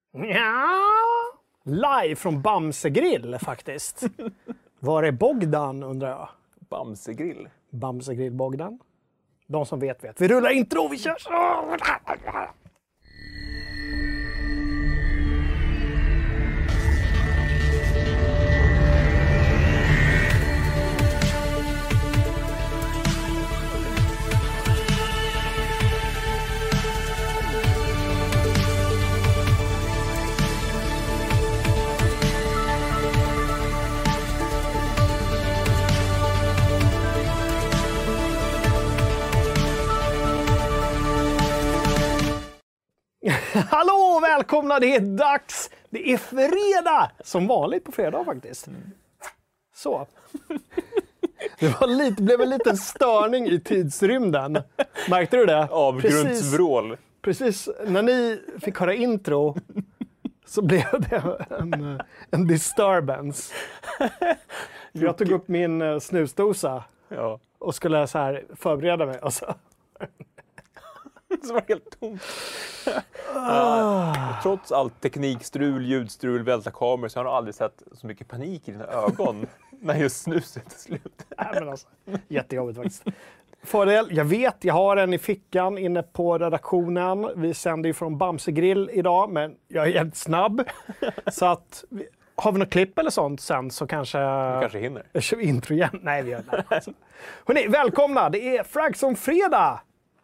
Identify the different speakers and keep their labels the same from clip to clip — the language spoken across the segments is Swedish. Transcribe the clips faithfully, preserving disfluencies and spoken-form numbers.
Speaker 1: Ja, live från Bamsegrill faktiskt. Var är Bogdan, undrar jag?
Speaker 2: Bamsegrill?
Speaker 1: Bamsegrill Bogdan. De som vet vet. Vi rullar intro, vi kör så! Hallå, välkomna! Det är dags! Det är fredag! Som vanligt på fredag faktiskt. Så. Det var lite, blev en liten störning i tidsrymden. Märkte du det?
Speaker 2: Avgrundsvrål.
Speaker 1: Precis, precis när ni fick höra intro så blev det en, en disturbance. Jag tog upp min snusdosa
Speaker 2: ja.
Speaker 1: och skulle så här förbereda mig. Och så...
Speaker 2: Det var helt tomt. Ah. Trots allt teknikstrul, ljudstrul, välta kameror så har jag aldrig sett så mycket panik i dina ögon när just snuset är slut.
Speaker 1: Nej, men alltså, jättejobbigt faktiskt. Fördel, jag vet, jag har en i fickan inne på redaktionen. Vi sänder ju från Bamsegrill idag, men jag är helt snabb. Så att, har vi något klipp eller sånt sen så kanske...
Speaker 2: Vi kanske hinner.
Speaker 1: Jag kör intro igen. Nej, vi gör det. Alltså. Hörrni, välkomna! Det är Fragson fredag!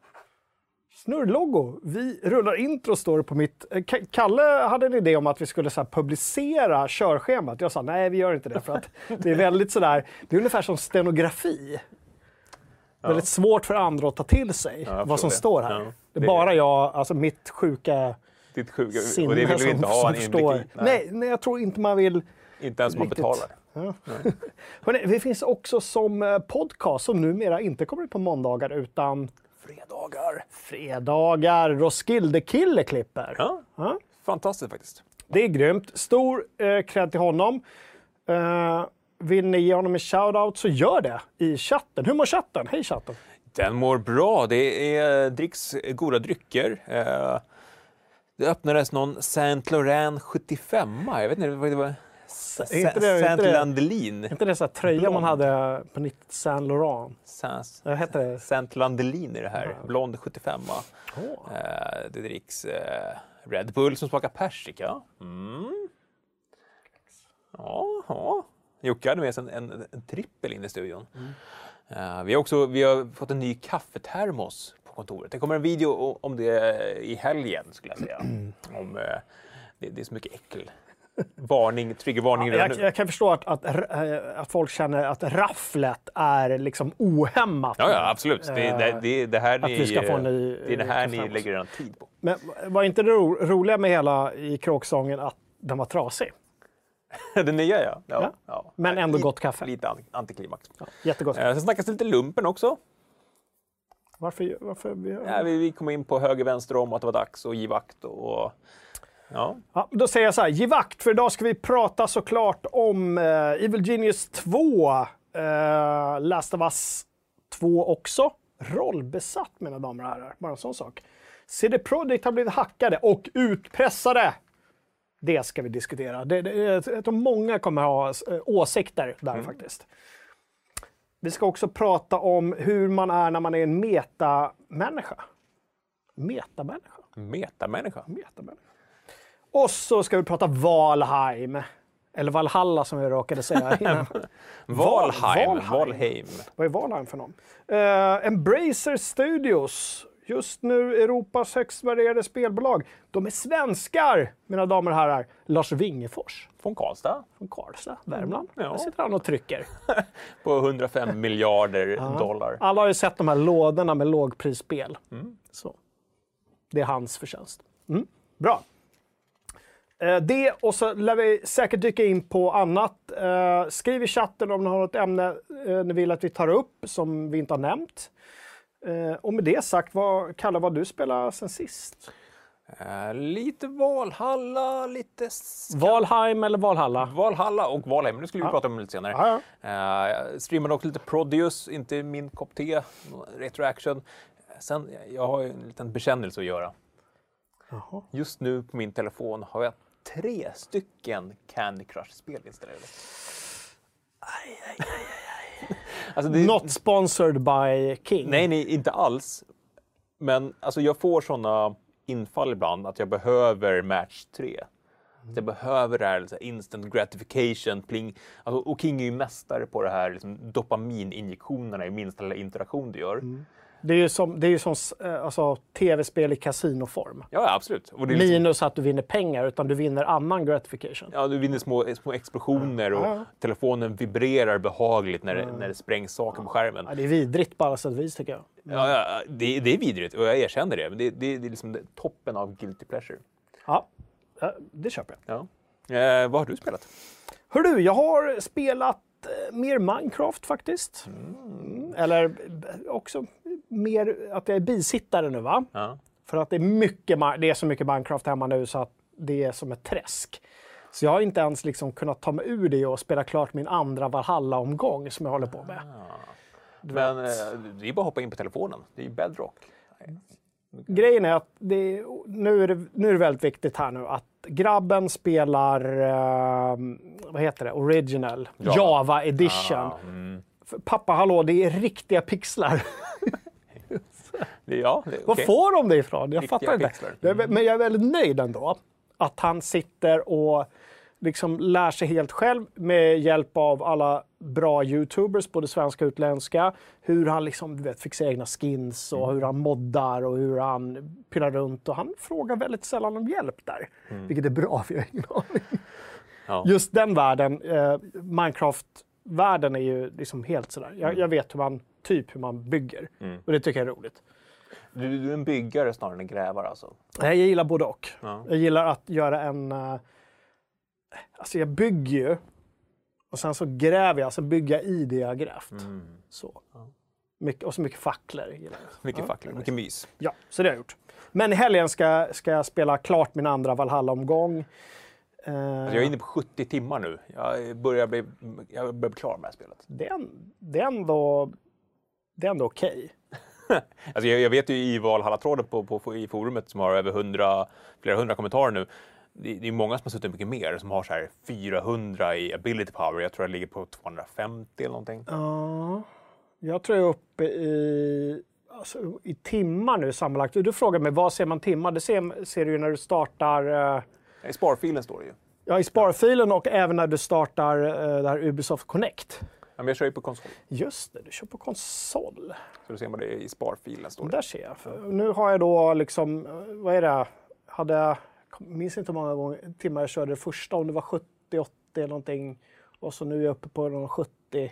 Speaker 1: Snurrlogo. Vi rullar intro, står det på mitt... Kalle hade en idé om att vi skulle så här publicera körschemat. Jag sa nej, vi gör inte det för att det är väldigt sådär... Det är ungefär som stenografi. Ja. Väldigt svårt för andra att ta till sig ja, vad som det. står här. Ja, det är det bara är. jag, alltså mitt sjuka...
Speaker 2: Ditt sjuka... Sinne och det vill du inte ha en inblick i. Nej.
Speaker 1: nej, nej, jag tror inte man vill...
Speaker 2: Inte ens man betalar.
Speaker 1: Ja. Hörrni, vi finns också som podcast som numera inte kommer ut på måndagar utan...
Speaker 2: Fredagar.
Speaker 1: Fredagar. Roskilde Kille klipper.
Speaker 2: Ja, ja, fantastiskt faktiskt.
Speaker 1: Det är grymt. Stor eh, cred till honom. Eh, vill ni ge honom en shoutout så gör det i chatten. Hur mår chatten? Hej chatten.
Speaker 2: Den mår bra. Det är dricks goda drycker. Eh, det öppnades någon Saint Laurent sjuttiofem. Jag vet inte vad det var. Saint Landelin.
Speaker 1: Inte det så här tröja blond. Man hade på nittio Saint Laurent?
Speaker 2: Sans.
Speaker 1: Vad heter det?
Speaker 2: Saint Landelin är det här. Ja. Blond sjuttiofem.
Speaker 1: Oh.
Speaker 2: Eh, det dricks eh, Red Bull som smakar persika. Mm. Ja, ja. Jocke hade med sig en, en, en trippel in i studion. Mm. Eh, vi, har också, vi har fått en ny kaffetermos på kontoret. Det kommer en video om det i helgen skulle jag säga. om, eh, det, det är så mycket äckel. Varning, triggervarning
Speaker 1: ja, jag, jag kan förstå att, att, att folk känner att rafflet är liksom ohämmat.
Speaker 2: Ja, ja absolut. Det, det, det, det här,
Speaker 1: att
Speaker 2: ni,
Speaker 1: vi ska få ny,
Speaker 2: det är det här ni lägger en tid på.
Speaker 1: Men var inte det ro, roliga med hela i kråksången att den var trasig?
Speaker 2: Den nya, ja. ja,
Speaker 1: ja.
Speaker 2: ja.
Speaker 1: Men ändå gott kaffe.
Speaker 2: Lite antiklimax.
Speaker 1: Ja, jättegott.
Speaker 2: Sen snackas det lite lumpen också.
Speaker 1: Varför? varför vi,
Speaker 2: ja, vi, vi kom in på höger vänster om att det var dags att ge vakt och... Ja.
Speaker 1: Ja, då säger jag så här, ge vakt, för idag ska vi prata såklart om uh, Evil Genius två, uh, Last of Us två också, rollbesatt mina damer och herrar, bara en sån sak. C D Projekt har blivit hackade och utpressade. Det ska vi diskutera. Det, det, jag tror många kommer ha uh, åsikter där mm. faktiskt. Vi ska också prata om hur man är när man är en metamänniska. Metamänniska?
Speaker 2: Metamänniska?
Speaker 1: Metamänniska. Och så ska vi prata Valheim. Eller Valhalla som vi råkade säga innan.
Speaker 2: Valheim. Valheim. Valheim.
Speaker 1: Vad är Valheim för någon? Uh, Embracer Studios. Just nu Europas högst värderade spelbolag. De är svenskar, mina damer och herrar. Lars Wingefors.
Speaker 2: Från Karlstad.
Speaker 1: Från Karlstad, Värmland.
Speaker 2: Mm, ja.
Speaker 1: Där sitter han och trycker.
Speaker 2: På hundrafem miljarder
Speaker 1: ja.
Speaker 2: dollar.
Speaker 1: Alla har ju sett de här lådorna med lågprisspel.
Speaker 2: Mm.
Speaker 1: Så. Det är hans förtjänst. Mm. Bra. Det, och så lär vi säkert dyka in på annat. Uh, skriv i chatten om ni har något ämne uh, ni vill att vi tar upp som vi inte har nämnt. Uh, och med det sagt, vad, Kalle, vad du spelar sen sist?
Speaker 2: Uh, lite Valhalla, lite... Ska...
Speaker 1: Valheim eller Valhalla?
Speaker 2: Valhalla och Valheim, det skulle vi
Speaker 1: ja.
Speaker 2: prata om lite senare.
Speaker 1: Ja, ja.
Speaker 2: Uh, jag streamade också lite Prodeus, inte min kopp te, retroaction. Sen, jag har ju en liten bekännelse att göra. Jaha. Just nu på min telefon har jag tre stycken Candy Crush-spel installerade.
Speaker 1: Aj, aj, aj, aj.
Speaker 2: Alltså det...
Speaker 1: Not sponsored by King.
Speaker 2: Nej, nej, inte alls. Men alltså, jag får såna infall ibland att jag behöver match tre. Jag behöver det här liksom, instant gratification, pling. Alltså, och King är ju mästare på det här liksom, dopamininjektionerna i minsta lilla interaktion du gör. Mm.
Speaker 1: Det är ju som, det är ju som alltså, tv-spel i kasinoform.
Speaker 2: Ja, absolut. Och det är liksom...
Speaker 1: Minus att du vinner pengar, utan du vinner annan gratification.
Speaker 2: Ja, du vinner små, små explosioner och ja. telefonen vibrerar behagligt när, ja. det, när det sprängs saker på skärmen.
Speaker 1: Ja, det är vidrigt på alla sätt och vis, tycker jag.
Speaker 2: Ja, ja det, det är vidrigt och jag erkänner det. Men det, det, det är liksom toppen av guilty pleasure.
Speaker 1: Ja, det köper jag.
Speaker 2: Ja. Eh, vad har du spelat?
Speaker 1: Hör du, jag har spelat eh, mer Minecraft faktiskt. Mm. Eller också mer att jag är bisittare nu, va? Ja. För att det är, mycket, det är så mycket Minecraft hemma nu så att det är som ett träsk. Så jag har inte ens liksom kunnat ta mig ur det och spela klart min andra Valhalla-omgång som jag håller på med.
Speaker 2: Ah. Men eh, det är bara att hoppa in på telefonen. Det är ju Bedrock.
Speaker 1: Grejen är att det, nu, är det, nu är det väldigt viktigt här nu att grabben spelar, uh, vad heter det, original, Java, Java edition. Ah, mm. Pappa, hallå, det är riktiga pixlar.
Speaker 2: det, ja, det, okay.
Speaker 1: Vad får de det ifrån? Jag
Speaker 2: riktiga
Speaker 1: fattar inte. Mm. Men jag är väldigt nöjd ändå att han sitter och liksom lär sig helt själv med hjälp av alla bra YouTubers, både svenska och utländska, hur han liksom, du vet, fixar egna skins och mm. hur han moddar och hur han pillar runt. Och han frågar väldigt sällan om hjälp där, mm. vilket är bra, för jag har ingen aning. Ja. Just den världen, eh, Minecraft-världen är ju liksom helt sådär. Jag, mm. jag vet hur man, typ hur man bygger mm. och det tycker jag är roligt.
Speaker 2: Du, du är en byggare snarare än en grävare alltså?
Speaker 1: Jag gillar både och. Ja. Jag gillar att göra en... Uh, alltså jag bygger ju och sen så gräver jag, sen bygger jag i det jag grävt. Mm. Så. Ja. Mycket, och så mycket facklor. Gillar jag.
Speaker 2: Mycket ja, facklor, mycket mys.
Speaker 1: Ja, så det har jag gjort. Men i helgen ska, ska jag spela klart min andra Valhalla-omgång.
Speaker 2: Uh, alltså jag är inne på sjuttio timmar nu. Jag börjar bli, jag börjar bli klar med det här spelet.
Speaker 1: Det är, det är ändå, det är ändå okej.
Speaker 2: Okay. Alltså jag, jag vet ju i Valhalla-tråden på, på, i forumet som har över hundra, flera hundra kommentarer nu. Det, det är många som har suttit mycket mer, som har så här fyrahundra i ability power. Jag tror jag ligger på tvåhundrafemtio eller någonting.
Speaker 1: Ja, jag tror jag är uppe i, alltså, i timmar nu sammanlagt. Du frågar mig, vad ser man timmar? Det ser, ser du ju när du startar... Uh...
Speaker 2: I sparfilen står det ju.
Speaker 1: Ja, i sparfilen och även när du startar uh, det här Ubisoft Connect.
Speaker 2: Ja, men jag kör ju på konsol.
Speaker 1: Just det, du kör på konsol.
Speaker 2: Så då ser man det i sparfilen står det.
Speaker 1: Där ser jag. För nu har jag då liksom, vad är det? Hade jag minns inte hur många gånger, timmar jag körde det första, om det var sjuttio åttio eller någonting. Och så nu är jag uppe på de sjuttio.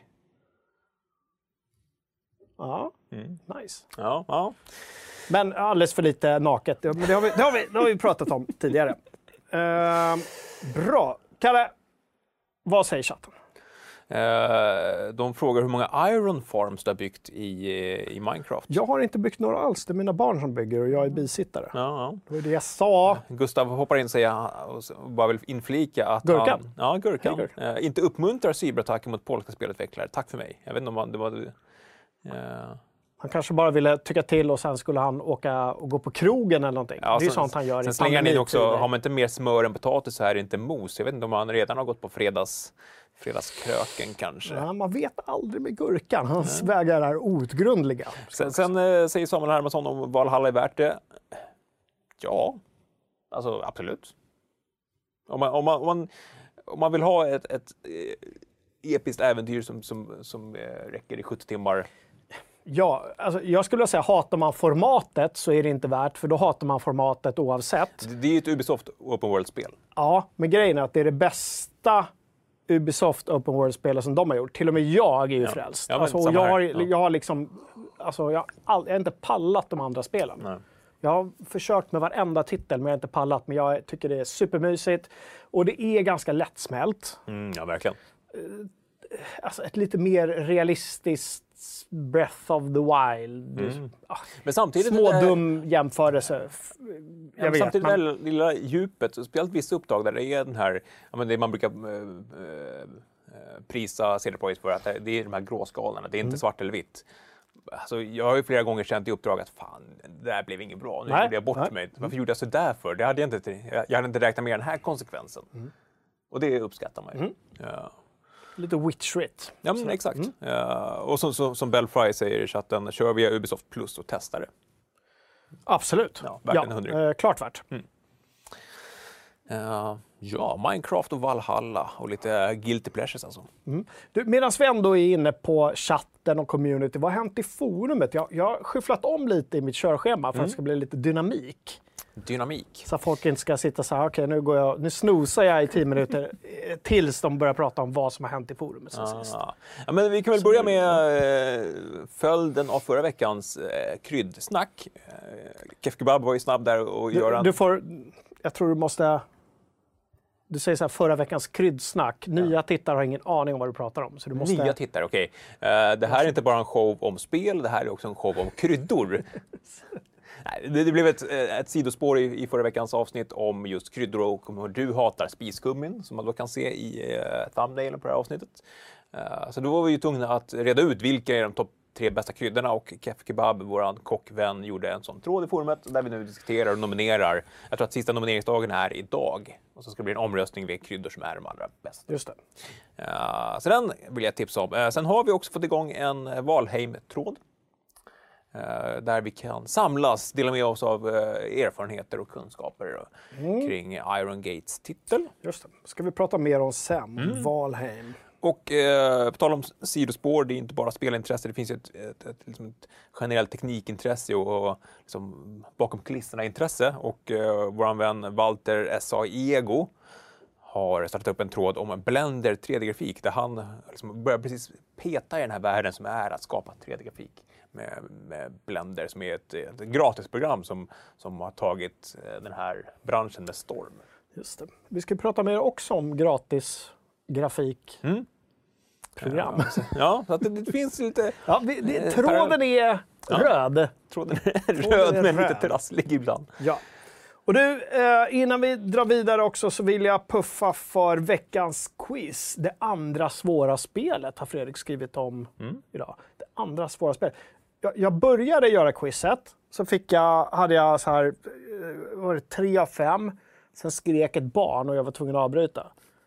Speaker 1: Ja, mm. Nice.
Speaker 2: Ja, ja.
Speaker 1: Men alldeles för lite naket. Det har vi, det har vi, det har vi pratat om tidigare. Uh, bra. Kalle, vad säger chatten?
Speaker 2: Uh, de frågar hur många Iron Farms du har byggt i, i Minecraft.
Speaker 1: Jag har inte byggt några alls. Det är mina barn som bygger och jag är bisittare.
Speaker 2: Ja, ja.
Speaker 1: Det var det jag sa.
Speaker 2: Gustav hoppar in och säger, och bara vill inflika att
Speaker 1: Gurkan.
Speaker 2: Han, ja, Gurkan. Hey, Gurkan. Uh, inte uppmuntrar cyberattacker mot polska spelutvecklare. Tack för mig. Jag vet inte om det var... Uh...
Speaker 1: Han kanske bara ville tycka till och sen skulle han åka och gå på krogen eller någonting. Ja, det är sen, sånt han gör.
Speaker 2: Sen slänger han in också, har man inte mer smör än potatis så här är det inte mos. Jag vet inte om han redan har gått på fredags... Fredagskröken kanske.
Speaker 1: Ja, man vet aldrig med Gurkan. Hans ja. vägar är outgrundliga.
Speaker 2: Sen, sen äh, säger Samuel Hermansson om Valhalla är värt det. Ja, alltså absolut. Om man, om man, om man, om man vill ha ett, ett äh, episkt äventyr som, som, som äh, räcker i sjuttio timmar.
Speaker 1: Ja, alltså jag skulle säga hatar man formatet så är det inte värt, för då hatar man formatet oavsett.
Speaker 2: Det, det är ju ett Ubisoft Open World-spel.
Speaker 1: Ja, men grejen är att det är det bästa Ubisoft Open World-spel som de har gjort. Till och med jag är ju ja. frälst.
Speaker 2: Ja,
Speaker 1: alltså, jag, har, ja. jag har liksom... Alltså, jag, all, jag har inte pallat de andra spelen. Nej. Jag har försökt med varenda titel, men jag har inte pallat. Men jag tycker det är supermysigt. Och det är ganska lättsmält.
Speaker 2: Mm, ja, verkligen.
Speaker 1: Alltså ett lite mer realistiskt Breath of the Wild.
Speaker 2: Mm. Ah, men samtidigt
Speaker 1: små det, dum jämförelse.
Speaker 2: Jag ja, vet, samtidigt man... det lilla djupet, speciellt vissa uppdrag där det är den här, ja, men det man brukar äh, äh, prisa C D Projekt för, att det är de här gråskalorna, det är inte mm. svart eller vitt. alltså, jag har ju flera gånger känt i uppdrag att fan, det där blev inget bra. Nu
Speaker 1: Nej,
Speaker 2: gjorde jag bort
Speaker 1: nej.
Speaker 2: mig. Varför gjorde jag så där för? Det hade jag, inte, jag, jag hade inte räknat med den här konsekvensen.
Speaker 1: Mm.
Speaker 2: Och det uppskattar man ju.
Speaker 1: Mm.
Speaker 2: Ja.
Speaker 1: Lite witcherigt.
Speaker 2: Ja, men exakt. Mm. Ja, och som, som, som Bell Fry säger i chatten, kör via Ubisoft Plus och testar det.
Speaker 1: Absolut.
Speaker 2: Ja, verkligen en hundring.
Speaker 1: Eh, klart värt.
Speaker 2: Mm. Uh, ja, Minecraft och Valhalla och lite guilty pleasures alltså.
Speaker 1: Mm. Medan vi ändå är inne på chatten och community, vad har hänt i forumet? Jag, jag har skyfflat om lite i mitt körschema för mm. att det ska bli lite dynamik.
Speaker 2: Dynamik.
Speaker 1: Så att folk inte ska sitta så här, okej okay, nu, går jag, nu snosar jag i tio minuter tills de börjar prata om vad som har hänt i forumet sen
Speaker 2: ah.
Speaker 1: sist.
Speaker 2: Ja, men vi kan väl så börja med eh, följden av förra veckans eh, kryddsnack. Eh, Kef Kebab var ju snabb där och
Speaker 1: du,
Speaker 2: göra...
Speaker 1: Du får, jag tror du måste... Du säger så här, förra veckans kryddsnack. Nya ja. tittare har ingen aning om vad du pratar om. Så du måste...
Speaker 2: Nya tittare, okej. Okay. Uh, det här är inte bara en show om spel, det här är också en show om kryddor. Nej, det, det blev ett, ett sidospår i, i förra veckans avsnitt om just kryddor och hur du hatar spiskummin, som man då kan se i uh, thumbnailen på det här avsnittet. Uh, så då var vi ju tvungna att reda ut vilka är de topp tre bästa kryddorna, och Kef Kebab, vår kockvän, gjorde en sån tråd i forumet där vi nu diskuterar och nominerar. Jag tror att sista nomineringsdagen är idag. Och så ska det bli en omröstning vilka kryddor som är de allra bästa.
Speaker 1: Just det.
Speaker 2: Uh, så den vill jag tipsa om. Uh, sen har vi också fått igång en Valheim-tråd. Uh, där vi kan samlas, dela med oss av uh, erfarenheter och kunskaper mm. kring Iron Gates titel.
Speaker 1: Just det. Ska vi prata mer om sen. Mm. Valheim.
Speaker 2: Och eh, på tal om sidospår, det är inte bara spelintresse, det finns ett, ett, ett, liksom ett generellt teknikintresse och, och liksom bakom kulisserna intresse. Och eh, vår vän Walter S A Ego har startat upp en tråd om Blender tre D-grafik där han liksom börjar precis peta i den här världen som är att skapa tre D-grafik med, med Blender, som är ett, ett gratisprogram som, som har tagit den här branschen med storm.
Speaker 1: Just det. Vi ska prata mer också om gratis grafik. Mm. Program.
Speaker 2: Ja, ja, så att det, det finns lite...
Speaker 1: Ja, vi, det, tråden är ja. röd.
Speaker 2: Tråden är tråden röd, är men röd. Lite trasslig ibland.
Speaker 1: Ja. Och du, eh, innan vi drar vidare också så vill jag puffa för veckans quiz. Det andra svåra spelet har Fredrik skrivit om mm. idag. Det andra svåra spelet. Jag, jag började göra quizet, så fick jag, hade jag så här, var det tre av fem. Sen skrek ett barn och jag var tvungen att avbryta.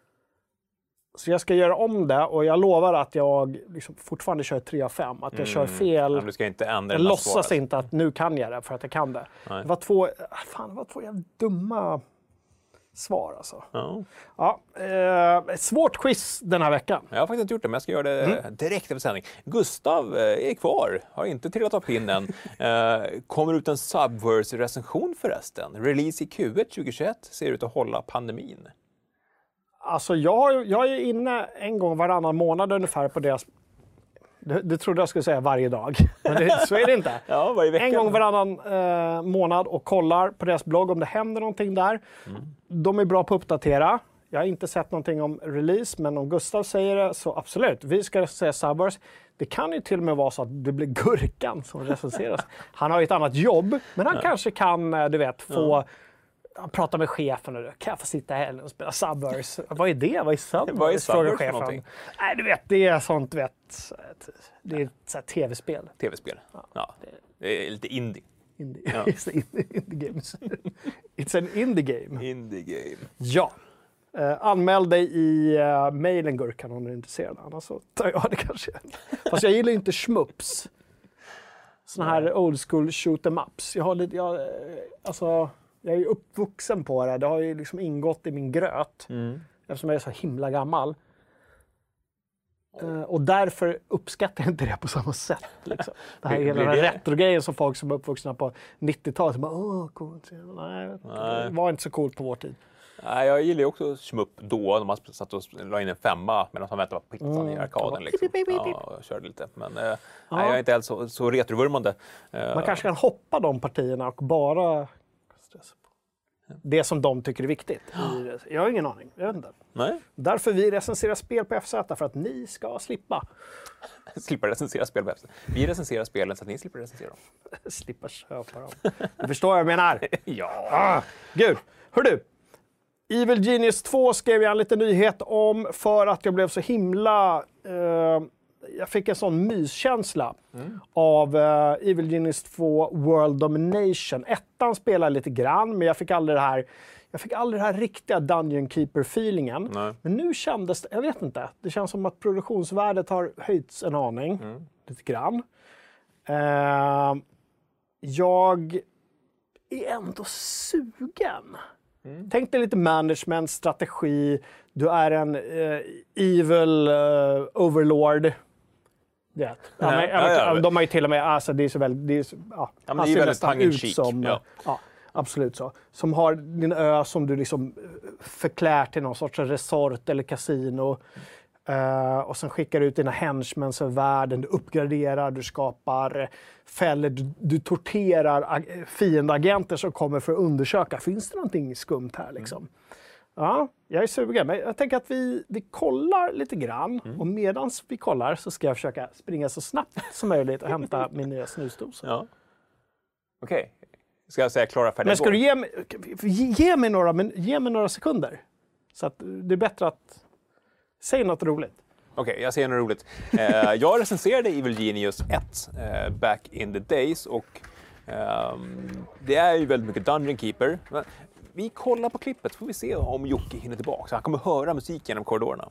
Speaker 1: Så jag ska göra om det, och jag lovar att jag liksom fortfarande kör tre av fem. Att jag mm. kör fel.
Speaker 2: Ja, du ska inte ändra.
Speaker 1: Jag låtsas inte att nu kan jag det för att jag kan det. Nej. Det var två, fan, det var två jävla dumma svar alltså. Ja. Ja, eh, ett svårt quiz den här veckan.
Speaker 2: Jag har faktiskt inte gjort det, men jag ska göra det mm. direkt efter sändning. Gustav är kvar, har inte trillat av pinnen. eh, kommer ut en Subverse-recension förresten. Release i Q ett tjugohundratjugoett, ser ut att hålla pandemin.
Speaker 1: Alltså jag, jag är inne en gång varannan månad ungefär på deras... Du, du trodde jag skulle säga varje dag, men det, så är det inte.
Speaker 2: Ja, varje vecka.
Speaker 1: En gång varannan eh, månad och kollar på deras blogg om det händer någonting där. Mm. De är bra på att uppdatera. Jag har inte sett någonting om release, men om Gustav säger det så absolut. Vi ska säga Subverse. Det kan ju till och med vara så att det blir Gurkan som recenseras. Han har ju ett annat jobb, men han ja. kanske kan, du vet, få... Ja. Han pratar med chefen och då, kan jag få sitta här och spela Subverse? Vad är det? Vad är Subverse?
Speaker 2: Vad är Subverse för någonting?
Speaker 1: Nej, du vet, det är sånt, du vet, det är ett så här tv-spel.
Speaker 2: Tv-spel, ja. ja. Det är lite indie.
Speaker 1: Indie, ja. It's indie, indie games. It's an indie game.
Speaker 2: Indie game.
Speaker 1: Ja. Uh, anmäl dig i uh, mailen Gurkan om du är intresserad. Annars så tar jag det kanske. Fast jag gillar inte schmups. Såna här old school shoot 'em ups. Jag har lite, jag, alltså... Jag är ju uppvuxen på det. Det har ju liksom ingått i min gröt. Mm. Eftersom jag är så himla gammal. Uh, och därför uppskattar jag inte det på samma sätt. Liksom. Det här är hela den här retro-grejen som folk som är uppvuxna på nittiotalet. Bara, Åh, coolt. Nej, Nej, det var inte så coolt på vår tid.
Speaker 2: Nej, jag gillar ju också shmup då, när man satt och la in en femma medan man väntade på pizzan mm. i arkaden. Liksom. Ja, och körde lite. Men eh, nej, jag är inte alls så, så retrovurmande. Uh,
Speaker 1: man kanske kan hoppa de partierna och bara... Det som de tycker är viktigt. Jag har ingen aning. Jag vet inte.
Speaker 2: Nej.
Speaker 1: Därför vi recenserar spel på F Z, för att ni ska slippa.
Speaker 2: slippa recensera spel på F Z. Vi recenserar spelen så att ni slipper recensera dem.
Speaker 1: slippa köpa dem. Du förstår vad jag menar.
Speaker 2: ja.
Speaker 1: Ah, gud. Hör du. Evil Genius två skrev jag en liten nyhet om för att jag blev så himla... Uh, jag fick en sån myskänsla mm. av uh, Evil Genius två World Domination. Ettan spelade lite grann, men jag fick aldrig det här, jag fick aldrig det här riktiga Dungeon Keeper-feelingen. Nej. Men nu kändes det, jag vet inte, det känns som att produktionsvärdet har höjts en aning, mm. lite grann. Uh, jag är ändå sugen. Mm. Tänk dig lite management, strategi. Du är en uh, evil uh, overlord. Ja. Ja, men, ja, ja, ja. De har ju till och med, alltså det är så väldigt, det är så, ja,
Speaker 2: ja, men det är väldigt
Speaker 1: nästan ut som, ja. Ja, absolut så. Som har din ö som du liksom förklär till någon sorts resort eller kasino. Uh, och sen skickar du ut dina henchmen över världen, du uppgraderar, du skapar fällor, du, du torterar fiendagenter som kommer för att undersöka. Finns det någonting skumt här liksom? Mm. Ja, jag är sugen. Men jag tänker att vi, vi kollar lite grann. Mm. Och medan vi kollar så ska jag försöka springa så snabbt som möjligt och hämta min nya snusdosa.
Speaker 2: Ja. Okej. Okay. Ska jag säga klara färdiga?
Speaker 1: Men ska du ge mig, ge mig några, men ge mig några sekunder? Så att det är bättre att... Säg något roligt.
Speaker 2: Okej, okay, jag säger något roligt. Eh, jag recenserade Evil Genius ett eh, back in the days och eh, det är ju väldigt mycket Dungeon Keeper. Men vi kollar på klippet så får vi se om Jocke hinner tillbaka. Så han kommer höra musik genom korridorerna.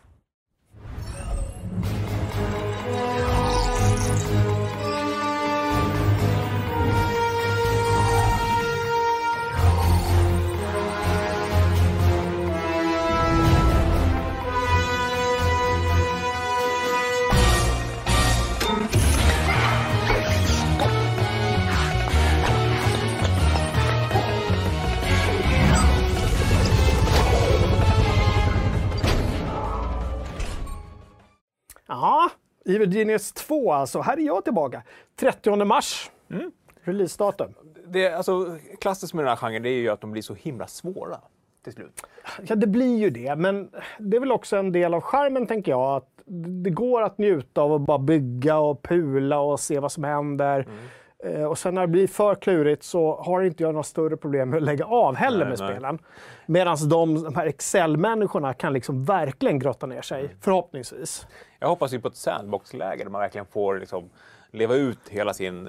Speaker 1: Ja, Evil Genius två alltså. Här är jag tillbaka. trettionde mars. Mm. Releasedatum.
Speaker 2: Det alltså klassiskt med den här genren, det är ju att de blir så himla svåra till slut.
Speaker 1: Ja, det blir ju det, men det är väl också en del av charmen, tänker jag, att det går att njuta av att bara bygga och pula och se vad som händer. Mm. Och sen när det blir för klurigt så har inte jag några större problem med att lägga av heller nej, med nej. spelen. Medan de, de här Excel-människorna kan liksom verkligen grotta ner sig, mm. förhoppningsvis.
Speaker 2: Jag hoppas ju på ett sandbox-läge där man verkligen får liksom leva ut hela sin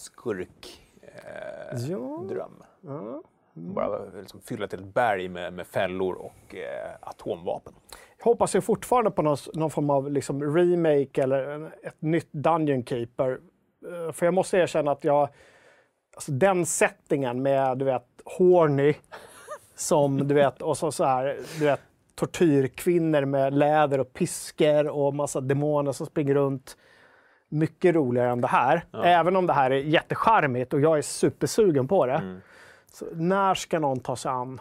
Speaker 2: skurk-dröm. Eh, ja. ja. Mm. Bara liksom fylla till ett berg med, med fällor och eh, atomvapen.
Speaker 1: Jag hoppas ju fortfarande på någon, någon form av liksom remake eller en, ett nytt Dungeon Keeper. För jag måste erkänna att jag... Alltså den settingen med, du vet, horny som, du vet, och så, så här, du vet, tortyrkvinnor med läder och pisker och massa demoner som springer runt. Mycket roligare än det här. Ja. Även om det här är jättecharmigt och jag är supersugen på det. Mm. Så när ska någon ta sig an?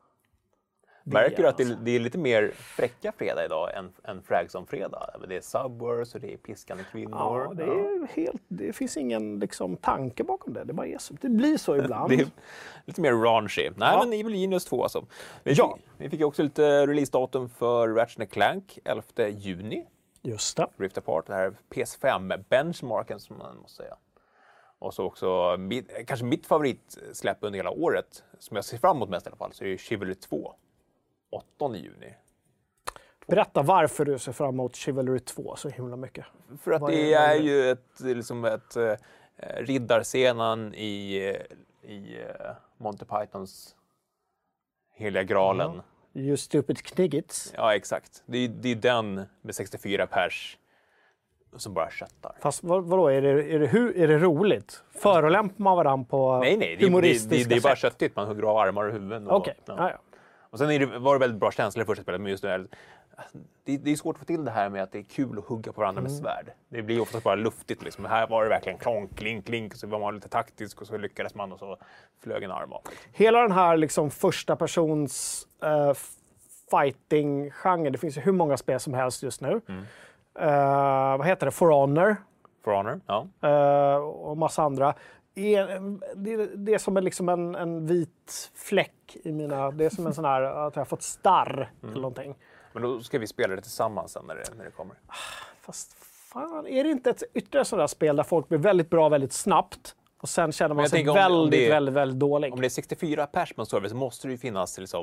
Speaker 2: Märker du att det är, det är lite mer fräcka fredag idag än, än Fragson-fredag? Det är Subwars och det är piskande kvinnor.
Speaker 1: Ja, det, är helt, det finns ingen liksom, tanke bakom det. Det, bara är så. Det blir så ibland.
Speaker 2: Det är lite mer raunchy. Nej, ja. Men Evil Genius två alltså. Vi, ja. fick, vi fick också lite releasedatum för Ratchet and Clank, elfte juni.
Speaker 1: Just det.
Speaker 2: Rift Apart, det här P S fem-benchmarken som man måste säga. Och så också, mitt, kanske mitt favoritsläpp under hela året, som jag ser fram emot mest i alla fall, så är det Chivalry två. åttonde juni.
Speaker 1: Berätta varför du ser fram emot Chivalry två så himla mycket.
Speaker 2: För att det är, är ju ett, liksom ett uh, riddarscenen i, i uh, Monty Pythons Heliga Graalen. Mm.
Speaker 1: You stupid kniggits.
Speaker 2: Ja, exakt. Det är, det är den med sextiofyra pers som bara köttar.
Speaker 1: Fast vad, vadå, är det, är, det, hu, är det roligt? Förolämpar man varandra på
Speaker 2: nej, nej, det, humoristiska det, det, det är bara köttigt. Man hugger av armar och huvuden.
Speaker 1: Okej, okay.
Speaker 2: ja.
Speaker 1: ah, ja.
Speaker 2: Och sen är det, var det väldigt bra känsla i första spelet, men just det här, det, det är svårt att få till det här med att det är kul att hugga på varandra mm. med svärd. Det blir oftast bara luftigt liksom. Här var det verkligen klonk, klink, klink, och så var man lite taktisk och så lyckades man och så flög en arm av.
Speaker 1: Hela den här liksom första persons uh, fighting-genren, det finns ju hur många spel som helst just nu. Mm. Uh, vad heter det? For Honor.
Speaker 2: For Honor, ja.
Speaker 1: Uh, och massa andra. Det är, det är som en, liksom en, en vit fläck i mina... Det är som en sån här, att jag har fått starr mm. eller någonting.
Speaker 2: Men då ska vi spela det tillsammans sen när det, när det kommer.
Speaker 1: Fast fan, är det inte ett ytterligare sådant där spel där folk blir väldigt bra väldigt snabbt och sen känner man sig väldigt,
Speaker 2: det,
Speaker 1: väldigt, väldigt dålig?
Speaker 2: Om det är sextiofyra pers på en server så måste det ju finnas liksom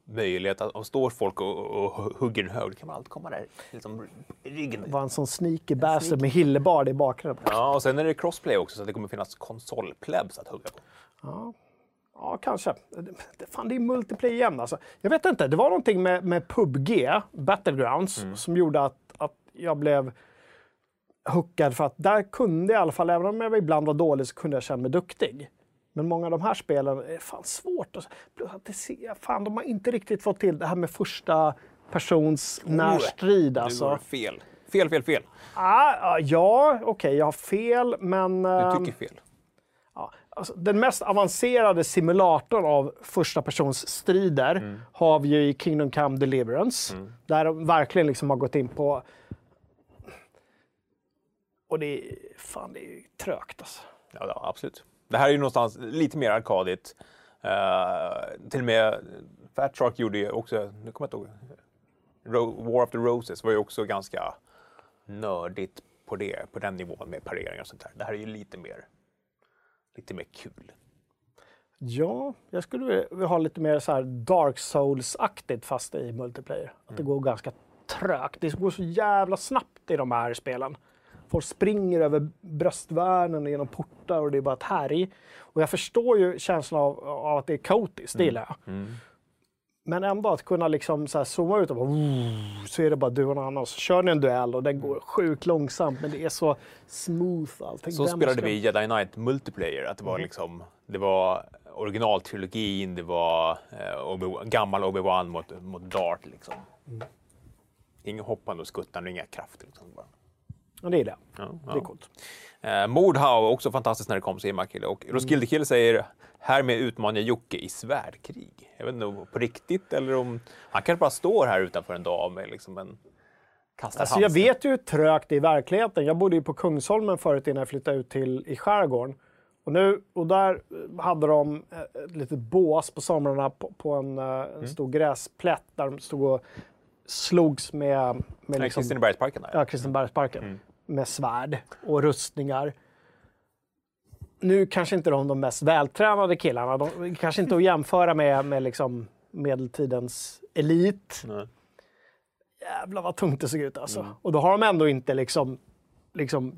Speaker 2: möjlighet att, om står folk och, och, och hugger en hög, kan man alltid komma där liksom, i ryggen.
Speaker 1: Det var en sån sneaky bastard med hillebard i bakgrunden.
Speaker 2: Ja, och sen är det crossplay också, så att det kommer finnas konsolplebs att hugga på.
Speaker 1: Ja. Ja, kanske. Det, fan, det är multiplayer igen alltså. Jag vet inte, det var någonting med, med P U B G, Battlegrounds, mm. som gjorde att, att jag blev hookad för att där kunde jag i alla fall, även om jag ibland var dålig, så kunde jag känna mig duktig. Men många av de här spelen är fan svårt. Alltså. Att det ser, fan, de har inte riktigt fått till det här med första persons närstrid. Alltså.
Speaker 2: Du har fel. Fel, fel, fel.
Speaker 1: Ah, ja, okej, okay, jag har fel, men...
Speaker 2: Du tycker fel.
Speaker 1: Ja, alltså, den mest avancerade simulatorn av första persons strider mm. har vi ju i Kingdom Come Deliverance. Mm. Där de verkligen liksom har gått in på... Och det är, fan, det är trögt alltså.
Speaker 2: Ja, ja, absolut. Det här är ju någonstans lite mer arkadigt. Uh, till och med Fat Shark gjorde ju också, nu kommer jag inte ihåg, War of the Roses var ju också ganska nördigt på det, på den nivån med pareringar och sånt där. Det här är ju lite mer, lite mer kul.
Speaker 1: Ja, jag skulle vilja ha lite mer så här Dark Souls-aktigt fast i multiplayer. Att det går ganska trögt. Det går så jävla snabbt i de här spelen. Folk springer över bröstvärnen genom portar och det är bara ett härj. Och jag förstår ju känslan av, av att det är kaotiskt, det gillar jag. Mm. Mm. Men ändå att kunna liksom så här zooma ut och bara, så är det bara du och någon annan. Så kör ni en duell och den går sjukt långsamt, men det är så smooth allting.
Speaker 2: Så spelade ska... vi Jedi Knight multiplayer, att det var mm. liksom, det var originaltrilogin, det var eh, Obi- gammal Obi-Wan mot, mot Dart liksom. Mm. Inga hoppande och skuttande, inga krafter liksom bara.
Speaker 1: Ja, det är det.
Speaker 2: Ja, ja.
Speaker 1: Det är coolt.
Speaker 2: Eh, Mordhau också fantastiskt när det kom, säger Markille. Och mm. Roskilde Kille säger, här med utmanar Jocke i svärdkrig. Jag vet inte om på riktigt eller om... Han kanske bara står här utanför en dag med liksom en kastar
Speaker 1: alltså, jag vet ju hur trögt det är i verkligheten. Jag bodde ju på Kungsholmen förut innan jag flyttade ut till i skärgården. Och, nu, och där hade de ett litet bås på somrarna på, på en, en mm. stor gräsplätt där de stod och slogs med... med liksom,
Speaker 2: Kristinebergsparken där.
Speaker 1: Ja, Kristinebergsparken. Mm. Med svärd och rustningar. Nu kanske inte de, de mest vältränade killarna. De kanske inte att jämföra med, med liksom medeltidens elit. Nej. Jävlar vad tungt det såg ut alltså. Mm. Och då har de ändå inte liksom, liksom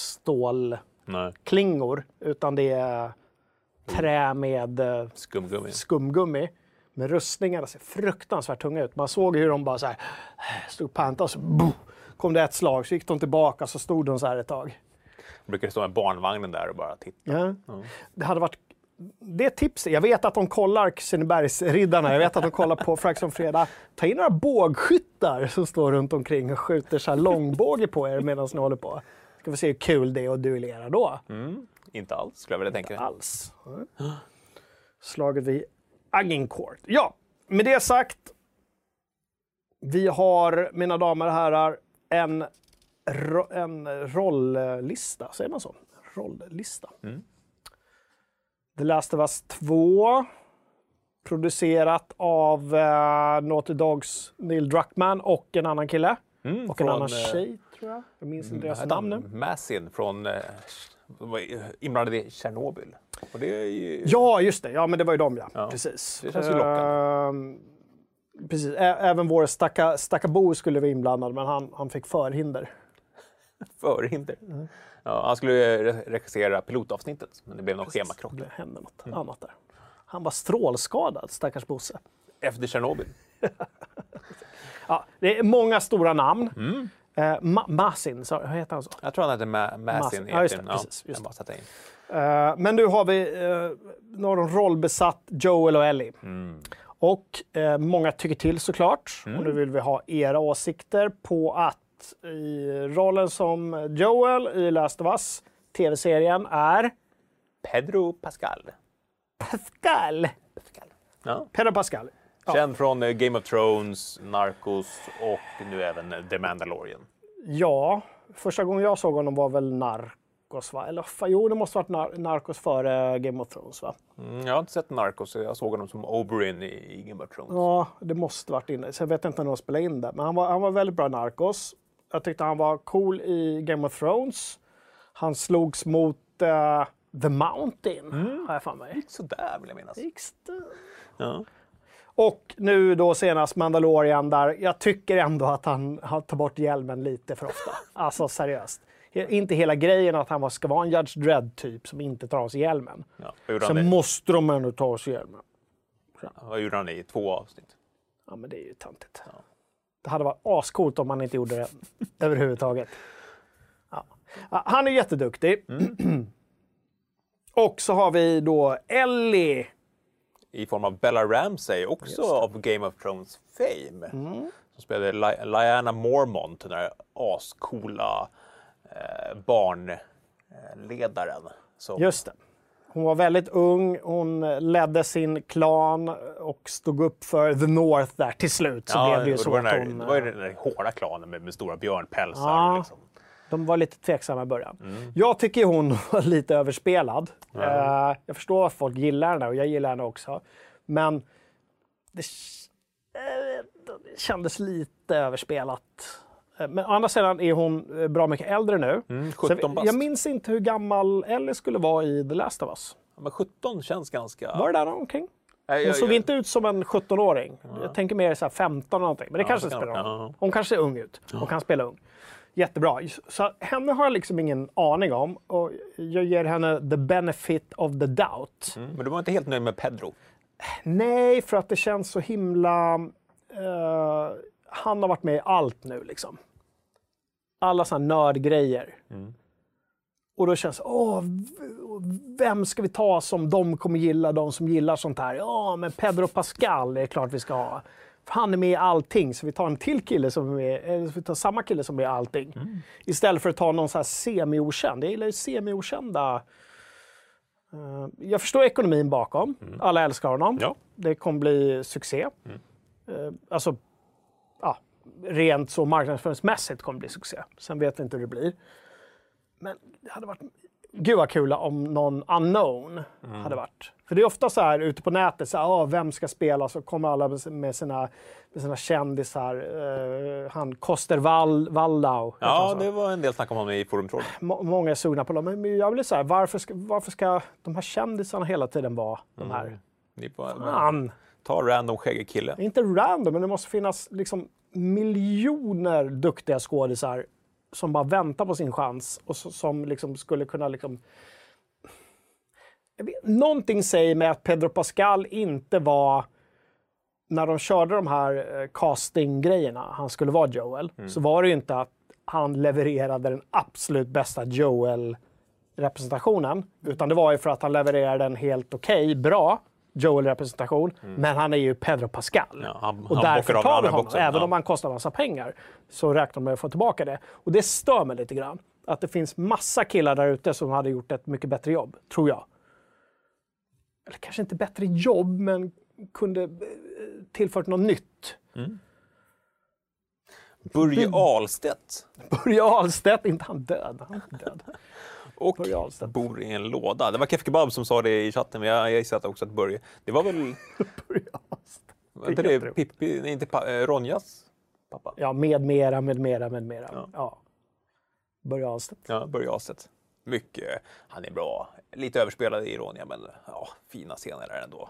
Speaker 1: stålklingor. Utan det är trä med
Speaker 2: skumgummi.
Speaker 1: skumgummi. Men rustningarna ser fruktansvärt tunga ut. Man såg hur de bara så här stod panta och så boom, kom det ett slag, så gick de tillbaka, så stod de så här ett tag.
Speaker 2: Jag brukar stå med barnvagnen där och bara titta.
Speaker 1: Ja. Mm. Det hade varit... Det är tips. Jag vet att de kollar Kristinebergsriddarna. Jag vet att de kollar på Frax om fredag. Ta in några bågskyttar som står runt omkring och skjuter så här långbåge på er medan ni håller på. Ska vi se hur kul det är att duellera då.
Speaker 2: Mm. Inte alls, skulle jag vilja tänka.
Speaker 1: Inte alls. Mm. Slaget vid Agincourt. Ja, med det sagt. Vi har, mina damer och herrar, en, ro- en rolllista. Säger man så? Rolllista. Mm. The Last of Us två. Producerat av uh, Naughty Dogs Neil Druckmann och en annan kille. Mm, och en annan tjej, tror jag. Jag minns inte deras namn nu.
Speaker 2: Massin från... Uh, inblandad i Tjernobyl. Och det är ju...
Speaker 1: Ja, just det. Ja, men det var ju de, ja. ja. Precis.
Speaker 2: Det känns ju lockande.
Speaker 1: Uh, precis. Ä- även vår stacka, stackabo skulle vara inblandad, men han, han fick förhinder.
Speaker 2: förhinder? Mm. Ja, han skulle regissera pilotavsnittet, men det blev någon
Speaker 1: precis.
Speaker 2: schemakrock.
Speaker 1: Det hände något mm. annat där. Han var strålskadad, stackars Bosse.
Speaker 2: Efter Tjernobyl.
Speaker 1: Ja, det är många stora namn. Mm. Eh, Ma- Massin, så, hur heter han så?
Speaker 2: Jag tror han heter Ma- Massin.
Speaker 1: Ja, just det. Ja, precis, just
Speaker 2: jag bara in.
Speaker 1: Uh, men nu har vi uh, några rollbesatt Joel och Ellie. Mm. Och uh, många tycker till såklart. Mm. Och nu vill vi ha era åsikter på att i rollen som Joel i Last of Us tv-serien är...
Speaker 2: Pedro Pascal.
Speaker 1: Pascal.
Speaker 2: Pascal. Ja.
Speaker 1: Pedro Pascal.
Speaker 2: Ja. Känd från uh, Game of Thrones, Narcos och nu även uh, The Mandalorian.
Speaker 1: Ja, första gången jag såg honom var väl Narcos, va? Eller jo, det måste ha varit Nar- Narcos före Game of Thrones, va?
Speaker 2: Mm, jag har inte sett Narcos, jag såg honom som Oberyn i, i Game of Thrones.
Speaker 1: Ja, det måste varit inne. Så jag vet inte när de spelade in det. Men han var, han var väldigt bra i Narcos. Jag tyckte han var cool i Game of Thrones. Han slogs mot uh, The Mountain, mm. har jag fan mig.
Speaker 2: Gick sådär, vill jag minnas.
Speaker 1: Gick sådär.
Speaker 2: Ja.
Speaker 1: Och nu då senast Mandalorian där jag tycker ändå att han har tagit bort hjälmen lite för ofta. Alltså seriöst. Inte hela grejen att han ska vara en Judge Dredd-typ som inte tar av sig hjälmen.
Speaker 2: Ja,
Speaker 1: så måste de ändå ta av sig hjälmen.
Speaker 2: Ja, vad gjorde han i två avsnitt?
Speaker 1: Ja, men det är ju töntigt. Ja. Det hade varit ascoolt om man inte gjorde det överhuvudtaget. Ja. Ja, han är jätteduktig. Mm. Och så har vi då Ellie.
Speaker 2: I form av Bella Ramsey, också av Game of Thrones fame. Mm. Som spelade Ly- Lyanna Mormont, den där ascoola eh, barnledaren. Som...
Speaker 1: Just det. Hon var väldigt ung, hon ledde sin klan och stod upp för The North där till slut. Så
Speaker 2: ja,
Speaker 1: blev det ju så
Speaker 2: det, var
Speaker 1: att
Speaker 2: där,
Speaker 1: hon...
Speaker 2: det var ju den där hårda klanen med, med stora björnpälsar.
Speaker 1: Ja,
Speaker 2: liksom.
Speaker 1: De var lite tveksamma i början. Mm. Jag tycker hon var lite överspelad. Mm. Uh, jag förstår att folk gillar henne och jag gillar henne också. Men det, det kändes lite överspelat. Men å andra sidan är hon bra mycket äldre nu.
Speaker 2: Mm, sjutton
Speaker 1: jag, jag minns inte hur gammal Ellie skulle vara i The Last of Us.
Speaker 2: Ja, men sjutton känns ganska...
Speaker 1: Var det där omkring? Hon
Speaker 2: jag,
Speaker 1: såg
Speaker 2: jag...
Speaker 1: inte ut som en sjutton-åring. Ja. Jag tänker mer så här femton eller någonting. Men det
Speaker 2: ja,
Speaker 1: kanske
Speaker 2: kan...
Speaker 1: spelar roll.
Speaker 2: Ja.
Speaker 1: Hon kanske ser ung ut. Hon ja. kan spela ung. Jättebra. Så henne har jag liksom ingen aning om. Och jag ger henne the benefit of the doubt.
Speaker 2: Mm, men du var inte helt nöjd med Pedro?
Speaker 1: Nej, för att det känns så himla... Uh, han har varit med i allt nu liksom. Alla såna nördgrejer. Mm. Och då känns det, åh, vem ska vi ta som de kommer gilla, de som gillar sånt här? Ja, men Pedro Pascal är det klart vi ska ha. För han är med i allting, så vi tar en till kille som är med, eller vi tar samma kille som är med i allting. Mm. Istället för att ta någon så här semi-okänd. Jag gillar ju semi-okända. Uh, jag förstår ekonomin bakom. Mm. Alla älskar honom. Ja. Det kommer bli succé. Mm. Uh, alltså, ja, rent så marknadsföringsmässigt kommer det bli succé. Sen vet vi inte hur det blir. Men det hade varit... Gud vad kul om någon unknown mm. hade varit. För det är ofta så här ute på nätet, så här, oh, vem ska spela? Så kommer alla med sina, med sina kändisar. Uh, han Koster Wall, Waldau.
Speaker 2: Ja, det var en del snack om honom i forumtråden.
Speaker 1: Må, många är sugna på dem. Men jag blir så här, varför ska, varför ska de här kändisarna hela tiden vara mm. de här?
Speaker 2: Det bara, Fan! Ta random skäggig kille.
Speaker 1: Inte random, men det måste finnas liksom miljoner duktiga skådisar som bara väntar på sin chans och som liksom skulle kunna liksom... Jag vet, någonting säger mig att Pedro Pascal inte var, när de körde de här eh, casting-grejerna, han skulle vara Joel, mm. så var det ju inte att han levererade den absolut bästa Joel-representationen, utan det var ju för att han levererade en helt okej, okay, bra Joel-representation, mm. men han är ju Pedro Pascal. Ja, han, och han därför tar vi honom, boxen, även ja. om han kostar massa pengar, så räknar de med att få tillbaka det. Och det stör mig lite grann. Att det finns massa killar där ute som hade gjort ett mycket bättre jobb, tror jag. Eller kanske inte bättre jobb, men kunde tillfört något nytt. Mm.
Speaker 2: Börje Ahlstedt.
Speaker 1: Börje Ahlstedt, inte han död. Han är död.
Speaker 2: Och bor i en låda. Det var Kef Kebab som sa det i chatten, men jag gissar också att Börje... Det var väl...
Speaker 1: Börje
Speaker 2: Ahlstedt. Det är Pippi, nej, inte pa, eh, Ronjas pappa.
Speaker 1: Ja, med mera, med mera, med mera. Ja. Ja. Börje Ahlstedt.
Speaker 2: Ja, Börje Ahlstedt. Mycket. Han är bra. Lite överspelad i Ronja, men ja, fina scener är ändå.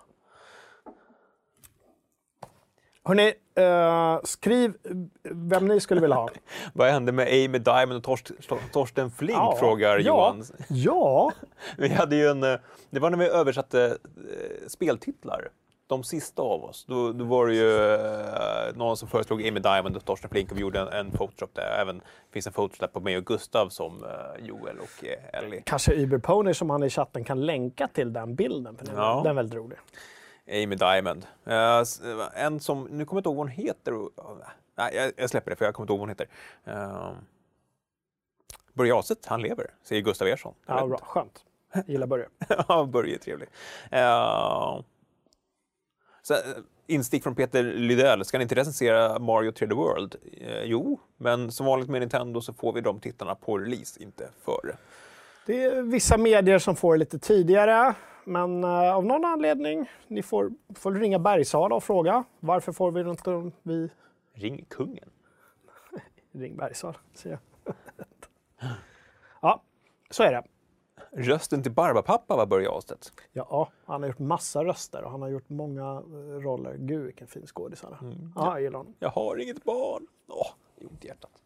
Speaker 1: Hörrni, uh, skriv vem ni skulle vilja ha.
Speaker 2: Vad hände med Amy Diamond och Torst, Torsten Flink, ja, frågar
Speaker 1: ja,
Speaker 2: Johan.
Speaker 1: Ja.
Speaker 2: Vi hade ju en, det var när vi översatte uh, speltitlar. De sista av oss. Då, då var det ju uh, någon som föreslog Amy Diamond och Torsten Flink, och vi gjorde en, en Photoshop där. Även finns en Photoshop på mig och Gustav som uh, Joel och uh, Ellie.
Speaker 1: Kanske Uberpony som han i chatten kan länka till den bilden. För den, ja. den är väldigt rolig.
Speaker 2: Amy Diamond. Uh, en som, nu kommer jag inte ihåg vad hon heter. Uh, nej, jag, jag släpper det för jag kommer inte ihåg vad hon heter. Uh, Börje Ahlstedt, han lever, säger Gustav Ersson.
Speaker 1: Ja, bra. Skönt. Jag gillar Börje.
Speaker 2: Ja, Börje är trevlig. Uh, så, uh, instick från Peter Lydell. Ska ni inte recensera Mario tre D World? Uh, jo, men som vanligt med Nintendo så får vi de tittarna på release, inte före.
Speaker 1: Det är vissa medier som får det lite tidigare. Men uh, av någon anledning, ni får, får ringa Bergsala och fråga. Varför får vi inte vi...
Speaker 2: Ring kungen.
Speaker 1: Ring Bergsala, säger jag. Ja, så är det.
Speaker 2: Rösten till Barbapapa var Börje Ahlstedt.
Speaker 1: Ja, han har gjort massa röster och han har gjort många roller. Gud, vilken fin skådis han är. Mm. Ja, jag gillar honom.
Speaker 2: Jag har inget barn. Åh, det är ont i hjärtat.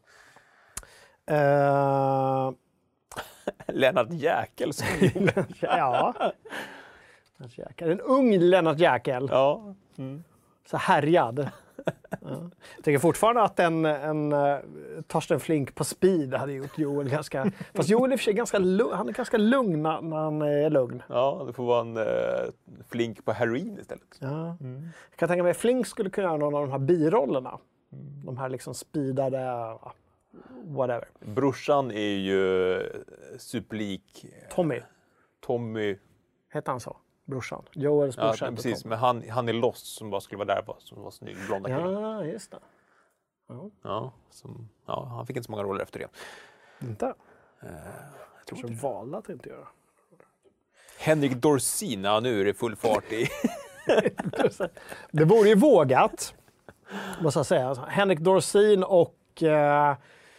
Speaker 1: Uh...
Speaker 2: Lennart Jäkel.
Speaker 1: Ja. En ung Lennart Jäkel.
Speaker 2: Ja. Mm.
Speaker 1: Så härjad. Ja. Jag tycker fortfarande att en, en uh, Torsten Flink på speed hade gjort Joel ganska... Fast Joel är för sig ganska lugn. Han är ganska lugn när, när han är lugn.
Speaker 2: Ja, det får vara en uh, Flink på heroin istället.
Speaker 1: Ja. Mm. Jag kan tänka mig att Flink skulle kunna göra någon av de här birollerna. Mm. De här liksom speedade... Uh, whatever.
Speaker 2: Brorsan är ju superlik...
Speaker 1: Tommy.
Speaker 2: Tommy.
Speaker 1: Heter han så? Brorsan. Joels brorsa.
Speaker 2: Ja, precis. Men han, han är Lost som bara skulle vara där på, som var snygg, blonda killen.
Speaker 1: Ja, just det. Ja.
Speaker 2: Ja, som, ja, han fick inte så många roller efter det.
Speaker 1: Inte?
Speaker 2: Uh, jag tror
Speaker 1: inte. valde att inte göra.
Speaker 2: Henrik Dorsin, ja, nu är det full fart i...
Speaker 1: Det vore ju vågat, måste jag säga. Henrik Dorsin och... Uh, uh,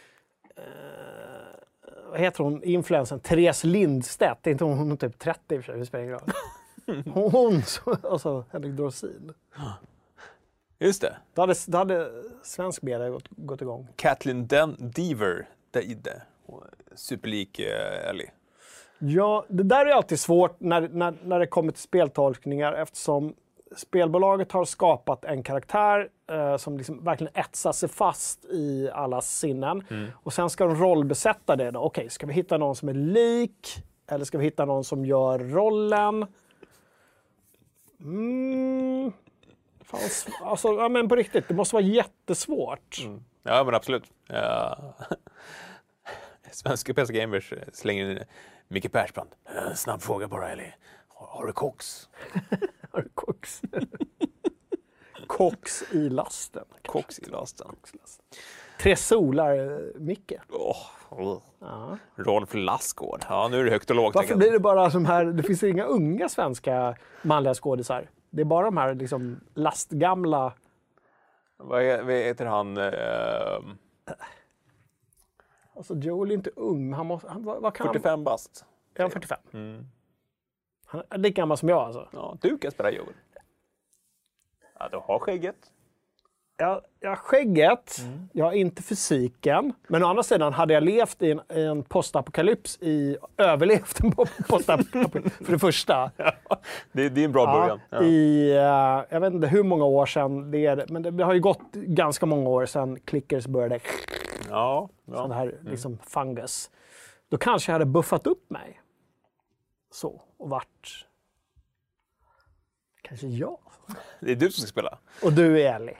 Speaker 1: vad heter hon? Influensen. Therese Lindstedt. Det är inte hon, hon är typ trettio i och för sig. Det spelar ingen roll. Hon, alltså Henrik Dorsin.
Speaker 2: Just det.
Speaker 1: Då hade, då hade svensk media gått, gått igång.
Speaker 2: Kathleen Den Deaver, Deide. Superlik uh, Ellie.
Speaker 1: Ja, det där är alltid svårt när, när, när det kommer till speltolkningar eftersom spelbolaget har skapat en karaktär eh, som liksom verkligen etsar sig fast i allas sinnen. Mm. Och sen ska de rollbesätta det då. Okej, okay, ska vi hitta någon som är lik? Eller ska vi hitta någon som gör rollen? Mm. Fan, alltså, ja, men på riktigt, det måste vara jättesvårt.
Speaker 2: Mm. Ja, men absolut. Ja. Svenska P C Gamers slänger in Micke Persbrandt. En snabb fråga bara, Ellie. Har, har du koks?
Speaker 1: Har du koks? Koks i lasten.
Speaker 2: Koks i lasten.
Speaker 1: Tre solar, Micke.
Speaker 2: Oh, oh. Ja. Rolf Lassgård. Ja, nu är det högt och lågt.
Speaker 1: Varför blir det bara de här, det finns inga unga svenska manliga skådisar? Det är bara de här liksom lastgamla.
Speaker 2: Vad heter han? Uh...
Speaker 1: Alltså Joel är inte ung, men han måste... Han, vad, vad kan
Speaker 2: fyrtiofem
Speaker 1: han?
Speaker 2: bast.
Speaker 1: Är han fyrtiofem? Mm. Han är lika gammal som jag alltså.
Speaker 2: Ja, du kan spela Joel. Ja, du har skägget.
Speaker 1: Jag, jag har skägget, mm. jag har inte fysiken. Men å andra sidan hade jag levt i en, i en postapokalyps i... Överlevt en postapokalyps för det första.
Speaker 2: Ja, det, det är en bra
Speaker 1: ja,
Speaker 2: början. Ja.
Speaker 1: I, uh, jag vet inte hur många år sedan det är. Men det har ju gått ganska många år sedan Clickers började...
Speaker 2: Ja, ja.
Speaker 1: Sån här liksom fungus. Då kanske jag hade buffat upp mig. Så, och vart... Kanske jag.
Speaker 2: Det är du som ska spela.
Speaker 1: Och du är Ellie.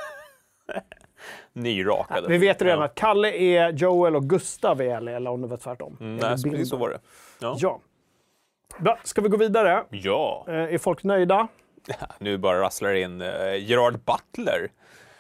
Speaker 2: Nyrakade.
Speaker 1: Ja, vi vet redan ja. att Kalle är Joel och Gustav är Ellie, eller om det var tvärtom.
Speaker 2: Mm, nej, precis så var det.
Speaker 1: Ja. ja. Bra, ska vi gå vidare?
Speaker 2: Ja.
Speaker 1: Eh, är folk nöjda?
Speaker 2: Ja, nu bara rasslar in uh, Gerard Butler.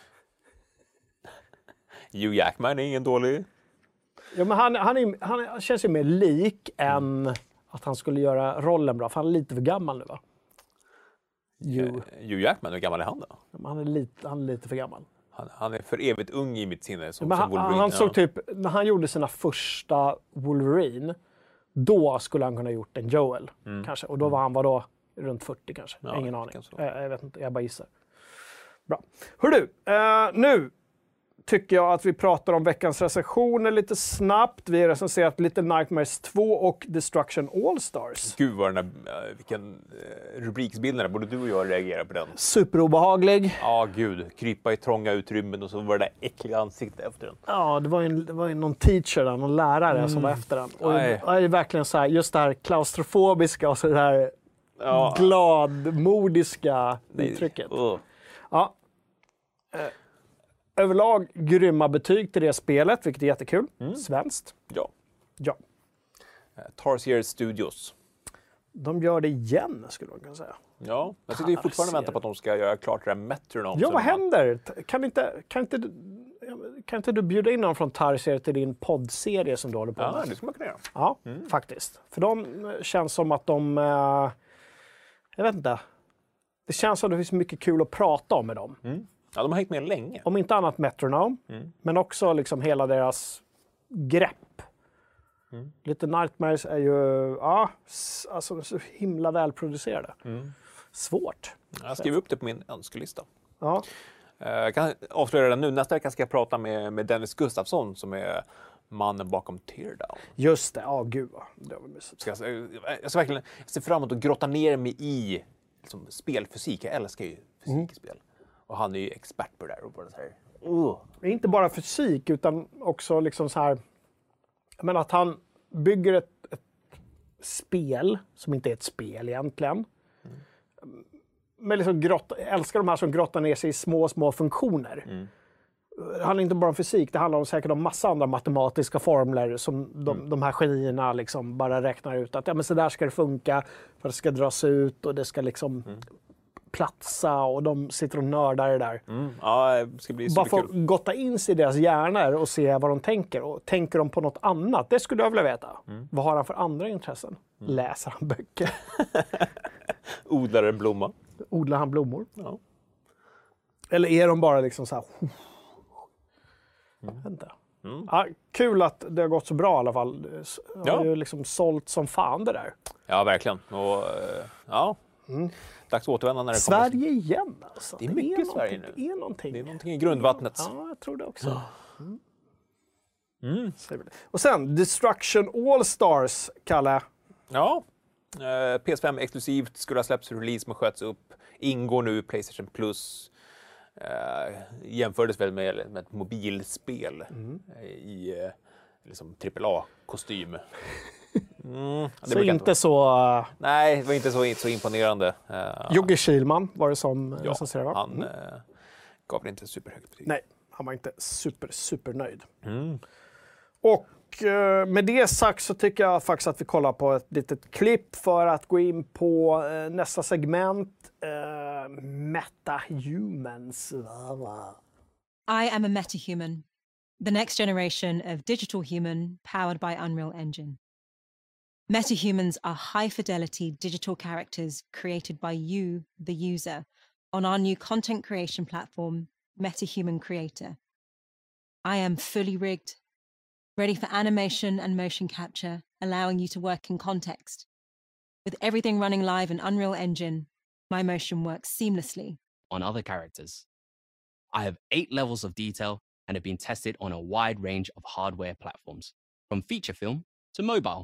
Speaker 2: Hugh Jackman är ingen dålig.
Speaker 1: Ja, men han, han, är, han känns ju mer lik mm. än att han skulle göra rollen bra. För han är lite för gammal nu, va?
Speaker 2: Hugh, Hugh Jackman, hur gammal är han då?
Speaker 1: Ja, han, är lite, han är lite för gammal.
Speaker 2: Han, han är för evigt ung i mitt sinne. Som,
Speaker 1: men
Speaker 2: som
Speaker 1: han,
Speaker 2: Wolverine.
Speaker 1: Han såg
Speaker 2: ja.
Speaker 1: typ, när han gjorde sina första Wolverine, då skulle han kunna ha gjort en Joel. Mm. Kanske. Och då var han var då runt fyrtio kanske. Ja, ingen aning. Jag, jag vet inte, jag bara gissar. Bra. Hör du, uh, nu tycker jag att vi pratar om veckans recensioner lite snabbt. Vi har recenserat Little Nightmares två och Destruction All-Stars.
Speaker 2: Gud vad den där, vilken rubriksbilderna, både du och jag reagerar på den.
Speaker 1: Superobehaglig.
Speaker 2: Ja, gud. Krypa i trånga utrymmen och så var det där äckliga ansiktet efter den.
Speaker 1: Ja, det var ju, det var ju någon teacher där, någon lärare mm. som var efter den. Och det är verkligen så här, just det här klaustrofobiska och så det här ja. gladmodiska uttrycket.
Speaker 2: Uh.
Speaker 1: Ja. Överlag grymma betyg till det spelet, vilket är jättekul. Mm. Svenskt.
Speaker 2: Ja.
Speaker 1: ja.
Speaker 2: Tarsier Studios.
Speaker 1: De gör det igen, skulle man kunna säga.
Speaker 2: Ja, jag sitter ju fortfarande vänta på att de ska göra klart det där Metronome.
Speaker 1: Ja, vad händer? Kan inte, kan, inte, kan inte du bjuda in någon från Tarsier till din poddserie som du håller på med?
Speaker 2: Ja, det skulle man kunna göra.
Speaker 1: Ja, mm. faktiskt. För de känns som att de... Jag vet inte. Det känns som att det finns mycket kul att prata om med dem.
Speaker 2: Mm. Ja, de har hängt med länge.
Speaker 1: Om inte annat Metronome, mm. men också liksom hela deras grepp. Mm. Little Nightmares är ju ja, alltså, så himla välproducerade. Mm. Svårt.
Speaker 2: Jag skriver upp det på min önskelista.
Speaker 1: Ja.
Speaker 2: Jag kan avslöja det nu. Nästa vecka ska jag prata med, med Dennis Gustafsson som är mannen bakom Teardown.
Speaker 1: Just det, ja oh, gud vad det var mysigt.
Speaker 2: Jag, jag, jag, verkligen, jag ser fram emot att grotta ner mig i liksom, spelfysik. Jag älskar ju fysik mm. i spel. Och han är ju expert på det där. Och på det här. Uh.
Speaker 1: Det är inte bara fysik utan också liksom så här. Men att han bygger ett, ett spel som inte är ett spel egentligen. Mm. Men liksom grott, älskar de här som grottar ner sig i små, små funktioner. Mm. Det handlar inte bara om fysik, det handlar om säkert om massa andra matematiska formler som de, mm. de här genierna liksom bara räknar ut att ja, men så där ska det funka, för det ska dras ut och det ska liksom mm. platsa och de sitter och nördar det där.
Speaker 2: Mm. Ja, det ska bli
Speaker 1: bara för att gotta in sig i deras hjärnor och se vad de tänker. Och tänker de på något annat? Det skulle jag vilja veta. Mm. Vad har han för andra intressen? Mm. Läser han böcker?
Speaker 2: Odlar en blomma?
Speaker 1: Odlar han blommor? Ja. Eller är de bara liksom så här... Mm. Inte. Mm. Ja, kul att det har gått så bra i alla fall. Det har ja. ju liksom sålt som fan det där.
Speaker 2: Ja, verkligen. Och, ja... Mm. Dags att återvända när det
Speaker 1: Sverige
Speaker 2: kommer.
Speaker 1: igen alltså.
Speaker 2: Det är mycket det är Sverige nu.
Speaker 1: Det är någonting.
Speaker 2: Det är någonting i grundvattnet.
Speaker 1: Ja, jag tror det också. Mm. Mm. Och sen Destruction All Stars, Kalle.
Speaker 2: Ja, eh, P S fem exklusivt, skulle ha släppts release men sköts upp. Ingår nu PlayStation Plus. Eh, jämfördes väl med, med ett mobilspel mm. i eh, liksom trippel A-kostym. Mm,
Speaker 1: så inte vara. så... Uh...
Speaker 2: Nej, det var inte så, så imponerande. Uh,
Speaker 1: Jogge Kihlman var det som
Speaker 2: ja,
Speaker 1: recenserade, va?
Speaker 2: han
Speaker 1: mm.
Speaker 2: uh, gav det inte superhögt betyg.
Speaker 1: Nej, han var inte super, super nöjd. Mm. Och uh, med det sagt så tycker jag faktiskt att vi kollar på ett litet klipp för att gå in på uh, nästa segment. Uh, Metahumans.
Speaker 3: I am a metahuman. The next generation of digital human powered by Unreal Engine. Metahumans are high-fidelity digital characters created by you, the user, on our new content creation platform, Metahuman Creator. I am fully rigged, ready for animation and motion capture, allowing you to work in context. With everything running live in Unreal Engine, my motion works seamlessly.
Speaker 4: On other characters. I have eight levels of detail and have been tested on a wide range of hardware platforms, from feature film to mobile.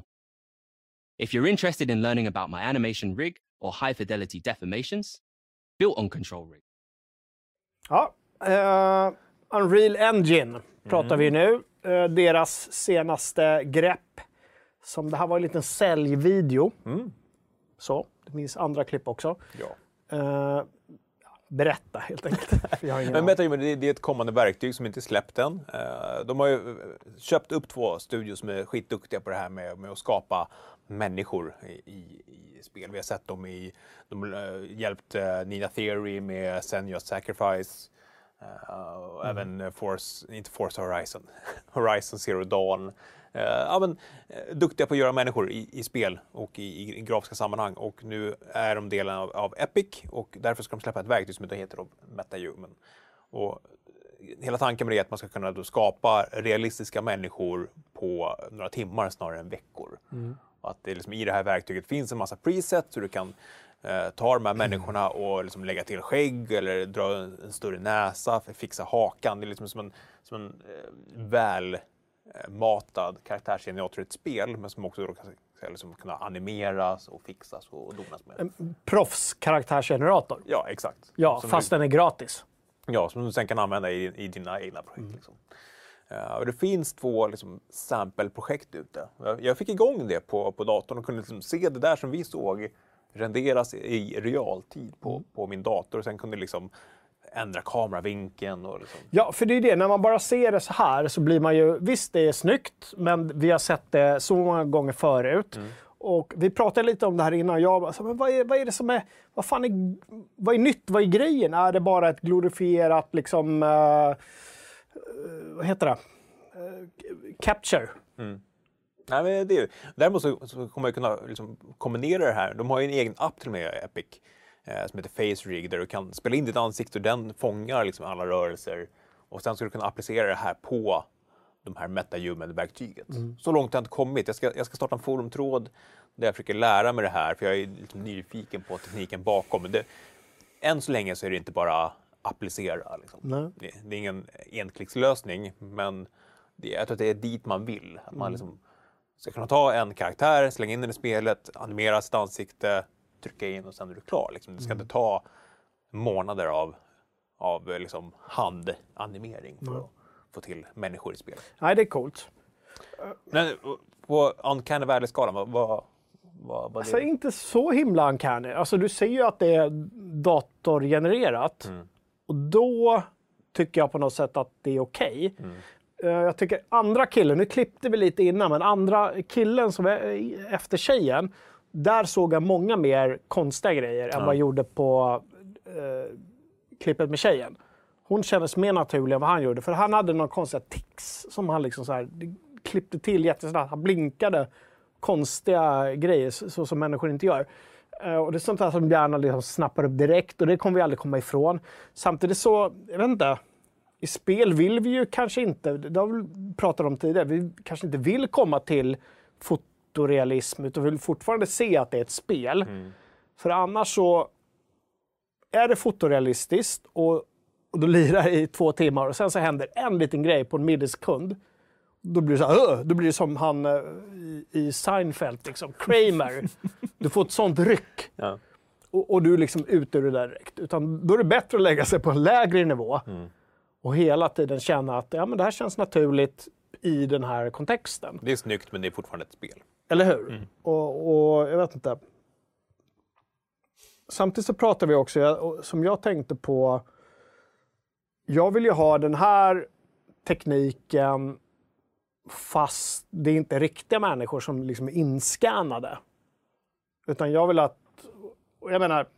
Speaker 4: If you're interested in learning about my animation rig or high-fidelity deformations, built on Control Rig.
Speaker 1: Ja, uh, Unreal Engine pratar mm. vi nu. Uh, deras senaste grepp. Som det här var en liten säljvideo. Mm. Så, det finns andra klipp också.
Speaker 2: Ja.
Speaker 1: Uh, berätta helt enkelt.
Speaker 2: Men Metahuman, det är ett kommande verktyg som inte släppt än. De har ju köpt upp två studios som är skitduktiga på det här med, med att skapa människor i, i, i spel. Vi har sett dem i, de har hjälpt Nina Theory med Senua's Sacrifice. Uh, och mm. även Force, inte Forza Horizon, Horizon Zero Dawn. Uh, ja, men, uh, duktiga på att göra människor i, i spel och i, i, i grafiska sammanhang. Och nu är de delen av, av Epic och därför ska de släppa ett verktyg som heter Metahuman. Och hela tanken med det är att man ska kunna då skapa realistiska människor på några timmar snarare än veckor. Mm. Och att det liksom, i det här verktyget finns en massa presets så du kan eh, ta de här människorna och liksom lägga till skägg eller dra en, en större näsa, för fixa hakan. Det är liksom som en, som en eh, väl matad karaktärsgenerator i ett spel, men som också då kan liksom kunna animeras och fixas och donas med.
Speaker 1: En proffs-karaktärsgenerator?
Speaker 2: Ja, exakt.
Speaker 1: Ja,
Speaker 2: som
Speaker 1: fast
Speaker 2: du,
Speaker 1: den är gratis.
Speaker 2: Ja, som du sen kan använda i, i dina egna projekt. Mm. Liksom. Uh, och det finns två liksom, sample-projekt ute. Jag, jag fick igång det på, på datorn och kunde liksom se det där som vi såg renderas i realtid på, mm. på min dator. Och sen kunde liksom ändra kameravinkeln. Och liksom.
Speaker 1: Ja, för det är det. När man bara ser det så här så blir man ju... Visst, det är snyggt, men vi har sett det så många gånger förut. Mm. Och vi pratade lite om det här innan. Jag bara, men vad är, vad är det som är... Vad fan är... Vad är nytt? Vad är grejen? Är det bara ett glorifierat liksom... Uh, vad heter det? Uh, capture.
Speaker 2: Mm. Nej, men det är, däremot så, så kommer jag kunna liksom kombinera det här. De har ju en egen app till och med, Epic, eh, som heter Face Rig, där du kan spela in ditt ansikte och den fångar liksom alla rörelser. Och sen ska du kunna applicera det här på de här metahuman-verktyget. Mm. Så långt har jag inte kommit. Jag ska, jag ska starta en forumtråd där jag försöker lära mig det här, för jag är liksom nyfiken på tekniken bakom. Men det, än så länge så är det inte bara applicera. Liksom. Det, det är ingen enklickslösning, men det, jag tror att det är dit man vill. Att man liksom ska kunna ta en karaktär, slänga in den i spelet, animera sitt ansikte, trycka in och sen är du klar. Liksom. Det ska mm. inte ta månader av, av liksom handanimering för mm. att få till människor i spelet.
Speaker 1: Nej, det är coolt.
Speaker 2: Men på Uncanny Valley-skalan, vad, vad, vad, vad
Speaker 1: alltså,
Speaker 2: det?
Speaker 1: Inte så himla uncanny. Alltså, du ser ju att det är datorgenererat. Mm. Och då tycker jag på något sätt att det är okej. Okay. Mm. Jag tycker andra killen, nu klippte vi lite innan, men andra killen som är efter tjejen, där såg jag många mer konstiga grejer ja. än vad jag gjorde på eh, klippet med tjejen. Hon kändes mer naturlig än vad han gjorde, för han hade några konstiga tics som han liksom så här, klippte till jättesnabbt. Han blinkade konstiga grejer så som människor inte gör. Uh, och det är sånt här som hjärnan liksom snappar upp direkt, och det kommer vi aldrig komma ifrån. Samtidigt så, jag vet inte, i spel vill vi ju kanske inte, det har vi pratat om tidigare, vi kanske inte vill komma till fotorealism, utan vill fortfarande se att det är ett spel. Mm. För annars så är det fotorealistiskt och, och då lirar det i två timmar och sen så händer en liten grej på en millisekund. Då blir det så här, då blir det som han i, i Seinfeld, liksom, Kramer. Du får ett sånt ryck. Ja. Och, och du är liksom ute ur det där direkt. Utan då är det bättre att lägga sig på en lägre nivå. Mm. Och hela tiden känna att ja, men det här känns naturligt i den här kontexten.
Speaker 2: Det är snyggt, men det är fortfarande ett spel.
Speaker 1: Eller hur? Mm. Och, och jag vet inte. Samtidigt så pratar vi också, jag, som jag tänkte på, jag vill ju ha den här tekniken fast det är inte riktiga människor som liksom är inskannade. Utan jag vill att, och jag menar,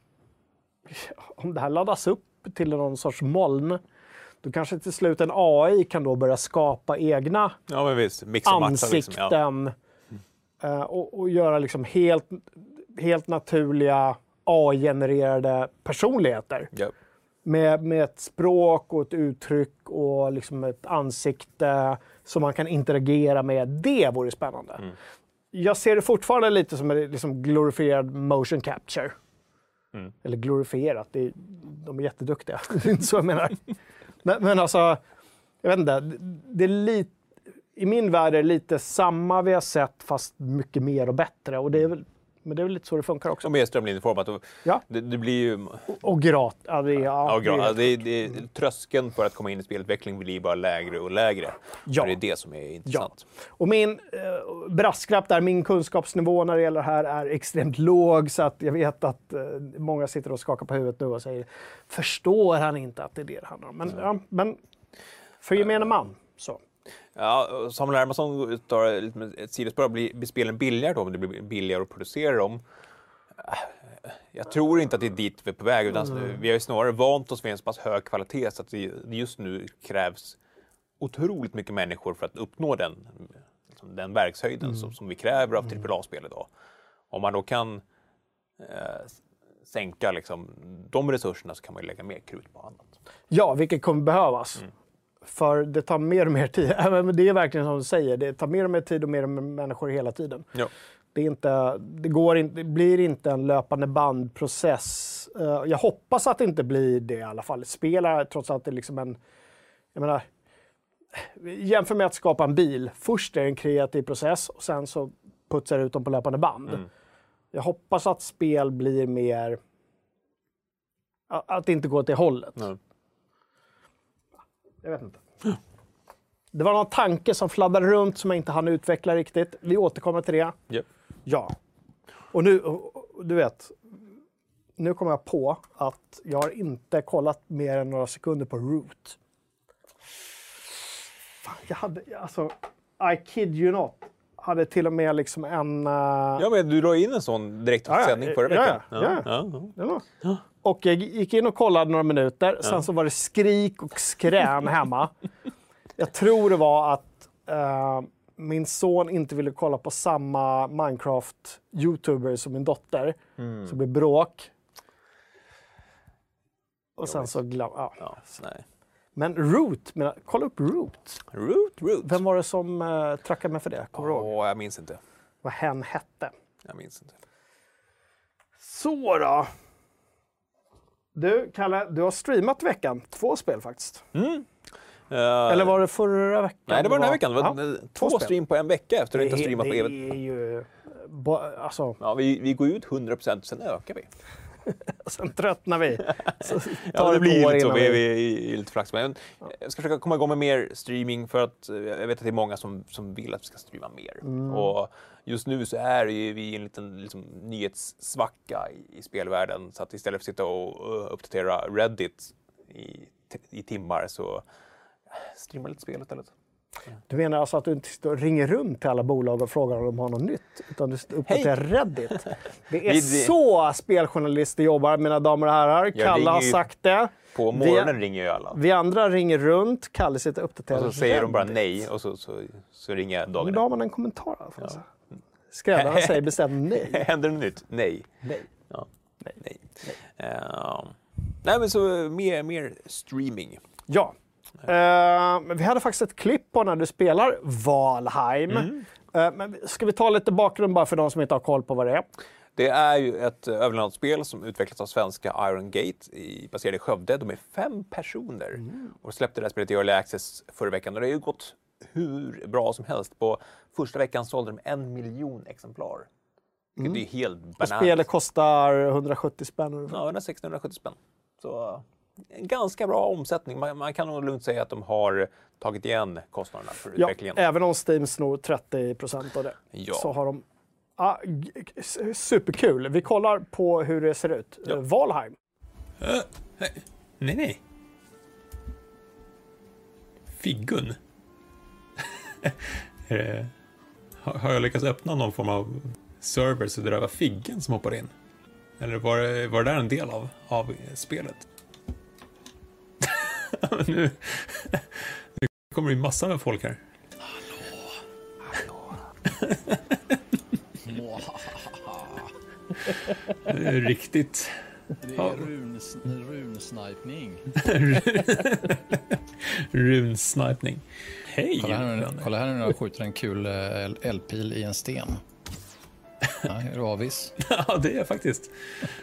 Speaker 1: om det här laddas upp till någon sorts moln, då kanske till slut en A I kan då börja skapa egna
Speaker 2: ja, men visst. Mixa
Speaker 1: ansikten liksom, ja. mm. och, och göra liksom helt, helt naturliga A I-genererade personligheter. Yep. Med, med ett språk och ett uttryck och liksom ett ansikte som man kan interagera med. Det vore spännande. Mm. Jag ser det fortfarande lite som en liksom glorifierad motion capture. Mm. Eller glorifierat. Det är, de är jätteduktiga. Det är inte så jag menar. Men, men alltså, jag vet inte. Det är lite, i min värld är det lite samma vi har sett fast mycket mer och bättre. Och det är väl, men det är väl lite så det funkar också.
Speaker 2: Och mer strömlinjeformat.
Speaker 1: Ja.
Speaker 2: Det, det blir ju...
Speaker 1: Och, och grat. Ja, det, ja,
Speaker 2: ja, grat. Det, det, det, tröskeln för att komma in i spelutveckling blir bara lägre och lägre. Ja. Och det är det som är intressant.
Speaker 1: Ja. Och min eh, brasklapp där, min kunskapsnivå när det gäller det här är extremt låg. Så att jag vet att eh, många sitter och skakar på huvudet nu och säger, förstår han inte att det är det det handlar om? Men, mm. ja, men för gemene man så.
Speaker 2: Ja, Samuel Hermansson tar ett sidospår, blir, blir spelen billigare då, om det blir billigare att producera dem. Jag tror inte att det är dit vi är på väg, utan mm. vi har ju snarare vant oss vid en så pass hög kvalitet så att det just nu krävs otroligt mycket människor för att uppnå den, den verkshöjden mm. som, som vi kräver av trippel A-spel idag. Om man då kan eh, sänka liksom, de resurserna så kan man ju lägga mer krut på annat.
Speaker 1: Ja, vilket kommer behövas. Mm. För det tar mer och mer tid. Det är verkligen som du säger. Det tar mer och mer tid och mer och mer människor hela tiden. Ja. Det, är inte, det, går in, det blir inte en löpande bandprocess. Jag hoppas att det inte blir det i alla fall. Spelar trots att det är liksom en... Jag menar, jämför med att skapa en bil. Först är det en kreativ process och sen så putsar det ut dem på löpande band. Mm. Jag hoppas att spel blir mer... Att det inte går till hållet. Mm. Jag vet inte. Det var någon tanke som fladdrade runt som jag inte hann utveckla riktigt. Vi återkommer till det.
Speaker 2: Yep.
Speaker 1: Ja. Och nu, du vet, nu kommer jag på att jag har inte kollat mer än några sekunder på Root. Fan, jag hade, alltså, I kid you not, hade till och med liksom en... Uh...
Speaker 2: Ja, men du la in en sån direktsändning ja, förra veckan.
Speaker 1: Ja, ja. ja. ja. ja. ja. Och jag gick in och kollade några minuter. Ja. Sen så var det skrik och skrän hemma. Jag tror det var att uh, min son inte ville kolla på samma Minecraft-youtuber som min dotter. Mm. Så det blev bråk. Och sen så glöm... Ja.
Speaker 2: Ja, nej.
Speaker 1: Men Root, men, kolla upp Root.
Speaker 2: Root, Root.
Speaker 1: Vem var det som uh, trackade mig för det? Kommer du ihåg?
Speaker 2: Åh, jag minns inte.
Speaker 1: Vad hen hette.
Speaker 2: Jag minns inte.
Speaker 1: Så då. Du, Kalle, du har streamat veckan. Två spel faktiskt.
Speaker 2: Mm. Uh,
Speaker 1: Eller var det förra veckan?
Speaker 2: Nej, det var den här veckan. Det var
Speaker 1: ja,
Speaker 2: två
Speaker 1: spel.
Speaker 2: stream på en vecka efter att inte ha streamat på
Speaker 1: det
Speaker 2: evigt.
Speaker 1: är ju... Bo, alltså,
Speaker 2: Ja, vi, vi går ut hundra procent, sen ökar vi.
Speaker 1: sen tröttnar vi. Så
Speaker 2: Ja,
Speaker 1: tar
Speaker 2: det blir
Speaker 1: på
Speaker 2: lite så.
Speaker 1: innan
Speaker 2: Vi, vi är lite flax. Men jag ska försöka komma igång med mer streaming för att jag vet att det är många som, som vill att vi ska streama mer.
Speaker 1: Mm.
Speaker 2: Och just nu så är ju vi i en liten liksom, nyhetssvacka i, i spelvärlden. Så att istället för att sitta och uh, uppdatera Reddit i, i timmar så streama lite spel istället.
Speaker 1: Du menar alltså att du inte står och ringer runt till alla bolag och frågar om de har något nytt, utan du uppdaterar Reddit? Det är
Speaker 2: Vi- vi-
Speaker 1: så speljournalister jobbar, mina damer och herrar. Kalle har
Speaker 2: ringer ju-
Speaker 1: sagt det.
Speaker 2: På morgonen ringer ju alla.
Speaker 1: Vi andra ringer runt, Kalle sitter och uppdaterar
Speaker 2: Och så säger de bara
Speaker 1: Reddit.
Speaker 2: nej och så, så, så ringer jag dagen
Speaker 1: Men då
Speaker 2: efter.
Speaker 1: har man en kommentar. Ja. Skräddaren säger bestämt nej.
Speaker 2: Händer det nytt? Nej.
Speaker 1: nej.
Speaker 2: Ja. Nej. nej. Uh, nej men så mer, mer streaming.
Speaker 1: Ja. Uh, men vi hade faktiskt ett klipp på när du spelar Valheim.
Speaker 2: Mm.
Speaker 1: Uh, men ska vi ta lite bakgrund bara för de som inte har koll på vad det är?
Speaker 2: Det är ju ett uh, överlevnadsspel som utvecklats av svenska Iron Gate i, baserat i Skövde. De är fem personer mm. och släppte det här spelet i Early Access förra veckan. Och det har ju gått hur bra som helst. På första veckan sålde de en miljon exemplar. Mm. Det är helt bananas.
Speaker 1: Och spelet kostar hundrasjuttio spänn.
Speaker 2: Ja, hundrasextio till hundrasjuttio spänn. Så uh, en ganska bra omsättning. Man, man kan nog lugnt säga att de har tagit igen kostnaderna för
Speaker 1: Ja,
Speaker 2: utvecklingen.
Speaker 1: även om Steam snor trettio procent av det.
Speaker 2: Ja.
Speaker 1: Så har de... Ah, g- g- superkul. Vi kollar på hur det ser ut.
Speaker 2: Ja.
Speaker 1: Uh, Valheim.
Speaker 5: Uh, nej, nej. Figgun. eh, har, har jag lyckats öppna någon form av server så det där var Figgen som hoppade in? Eller var det, var det där en del av, av spelet? nu, nu kommer det ju massor med folk här. Det är riktigt...
Speaker 6: Det är runs, runsnipning.
Speaker 5: Runsnipning. Hej!
Speaker 6: Kolla här, nu, kolla här nu när jag skjuter en kul eh, eldpil i en sten. Ja, är du avis?
Speaker 5: Ja, det är jag faktiskt.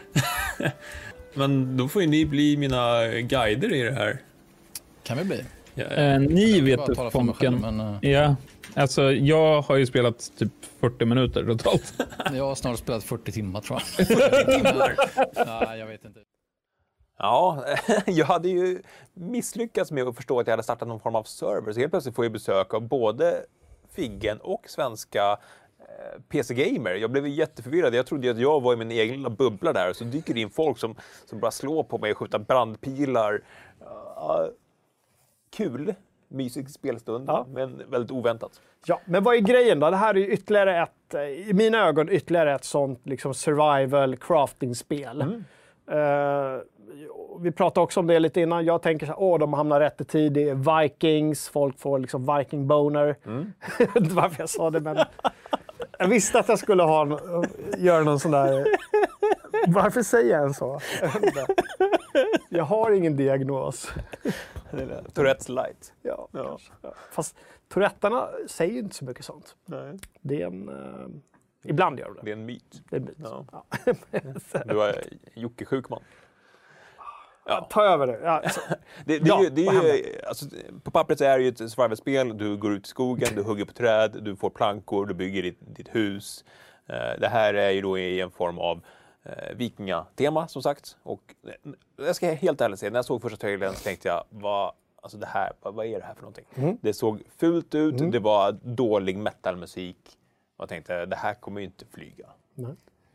Speaker 5: Men då får ju ni bli mina guider i det här.
Speaker 6: Kan vi bli?
Speaker 5: Ja,
Speaker 7: Eh, ni
Speaker 6: Jag
Speaker 7: vet
Speaker 6: bara
Speaker 7: du,
Speaker 6: tala för mig
Speaker 7: Fonken.
Speaker 6: själv, men,
Speaker 7: Ja, alltså jag har ju spelat typ fyrtio minuter totalt.
Speaker 6: Jag har snart spelat fyrtio timmar tror jag. Nej, jag vet inte.
Speaker 2: Ja, jag hade ju misslyckats med att förstå att jag hade startat någon form av server. Så helt plötsligt får jag besök av både Figgen och svenska eh, P C-gamer. Jag blev jätteförvirrad. Jag trodde att jag var i min egen lilla bubbla där. Så dyker det in folk som, som bara slår på mig och skjuter brandpilar. Uh, kul, mysig spelstund,
Speaker 1: Ja.
Speaker 2: men väldigt oväntat.
Speaker 1: Ja, men vad är grejen då? Det här är ju ytterligare ett, i mina ögon, ytterligare ett sånt liksom survival crafting-spel.
Speaker 2: Mm.
Speaker 1: Uh, vi pratade också om det lite innan. Jag tänker så här, åh, de hamnar rätt i tid. Det är Vikings, folk får liksom Viking-boner.
Speaker 2: Mm.
Speaker 1: Jag vet inte varför jag sa det, men jag visste att jag skulle ha en, göra någon sån där... Varför säger jag en så? Jag vet inte. Jag har ingen diagnos.
Speaker 2: Tourettes light.
Speaker 1: Ja,
Speaker 2: Ja.
Speaker 1: kanske. Ja. Fast Tourettarna säger ju inte så mycket sånt.
Speaker 2: Nej.
Speaker 1: Det är en... Uh, ibland gör de
Speaker 2: Det
Speaker 1: det.
Speaker 2: är en myt.
Speaker 1: Det är en myt.
Speaker 2: Ja.
Speaker 1: Ja.
Speaker 2: Du är Jocke Sjukman.
Speaker 1: Ja. Ta över det. Ja, så.
Speaker 2: Det, det,
Speaker 1: Ja,
Speaker 2: är ju, det
Speaker 1: vad
Speaker 2: är ju, alltså, på pappret är det ju ett survival-spel. Du går ut i skogen, du hugger på träd, du får plankor, du bygger ditt, ditt hus. Eh, det här är ju då i en form av eh, vikingatema som sagt. Och eh, jag ska helt ärligt säga, när jag såg första trailern så tänkte jag, vad, alltså det här, vad, vad är det här för någonting?
Speaker 1: Mm.
Speaker 2: Det såg fult ut,
Speaker 1: Mm.
Speaker 2: det var dålig metalmusik. Och jag tänkte, det här kommer ju inte flyga.
Speaker 1: Nej.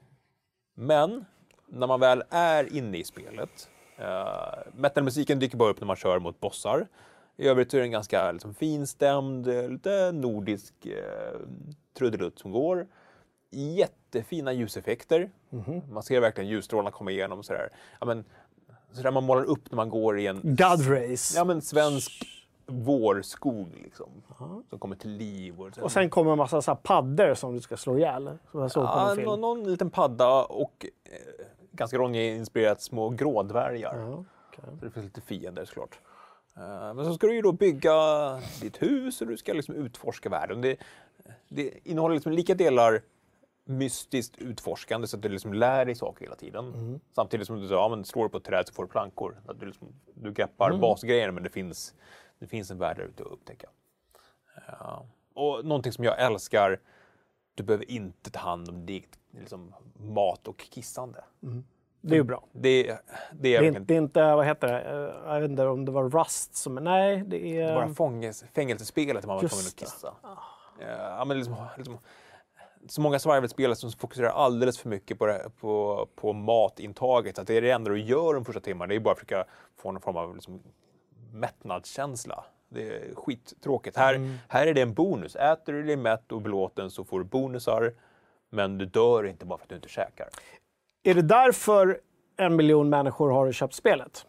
Speaker 2: Men när man väl är inne i spelet, uh, metalmusiken dyker bara upp när man kör mot bossar. I övrigt är den ganska liksom, finstämd, lite nordisk uh, trudelutt som går. Jättefina ljuseffekter.
Speaker 1: Mm-hmm.
Speaker 2: Man ser verkligen ljusstrålarna komma igenom och sådär. Ja, men, sådär man målar upp när man går i en
Speaker 1: God Race.
Speaker 2: ja, men svensk vårskog liksom. Som kommer till liv. Och,
Speaker 1: Och sen kommer en massa så här paddor som du ska slå ihjäl. Som jag såg på
Speaker 2: ja,
Speaker 1: någon film.
Speaker 2: någon, någon liten padda och eh, ganska Ronja-inspirerat små grådvärgar.
Speaker 1: Ja, okay.
Speaker 2: Så det finns lite fiender såklart. Uh, men så ska du ju då bygga ditt hus och du ska liksom utforska världen. Det, det innehåller liksom lika delar mystiskt utforskande så att du liksom lär dig saker hela tiden. Mm. Samtidigt som du ja, men slår på ett träd så får du plankor. Att du, liksom, du greppar mm. basgrejer men det finns, det finns en värld där ute att upptäcka. Uh, och någonting som jag älskar, du behöver inte ta hand om ditt liksom, mat och kissande.
Speaker 1: Mm. Det är ju bra.
Speaker 2: Det, det, är,
Speaker 1: det, är, det är inte, vad heter det, jag vet inte om det var Rust som, nej det är...
Speaker 2: Det var fånges, fängelsespelet man var tvungen att kissa. Ah. Ja, men liksom, liksom, så många survival-spelare som fokuserar alldeles för mycket på, det, på, på matintaget. Att det är det enda du gör de första timmarna. Det är bara att försöka få någon form av liksom, mättnadskänsla. Det är skittråkigt. Här, mm. här är det en bonus. Äter du dig mätt och belåten så får du bonusar. Men du dör inte bara för att du inte käkar.
Speaker 1: Är det därför en miljon människor har köpt spelet?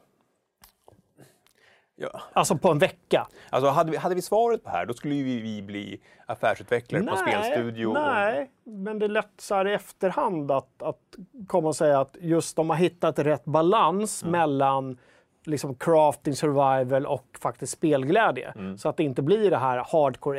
Speaker 2: Ja.
Speaker 1: Alltså på en vecka?
Speaker 2: Alltså hade vi, hade vi svaret på här, då skulle vi, vi bli affärsutvecklare nej, på spelstudio.
Speaker 1: Nej, och... men det är lätt så här i efterhand att, att komma och säga att just de har hittat rätt balans mm. mellan liksom crafting, survival och faktiskt spelglädje. Mm. Så att det inte blir det här hardcore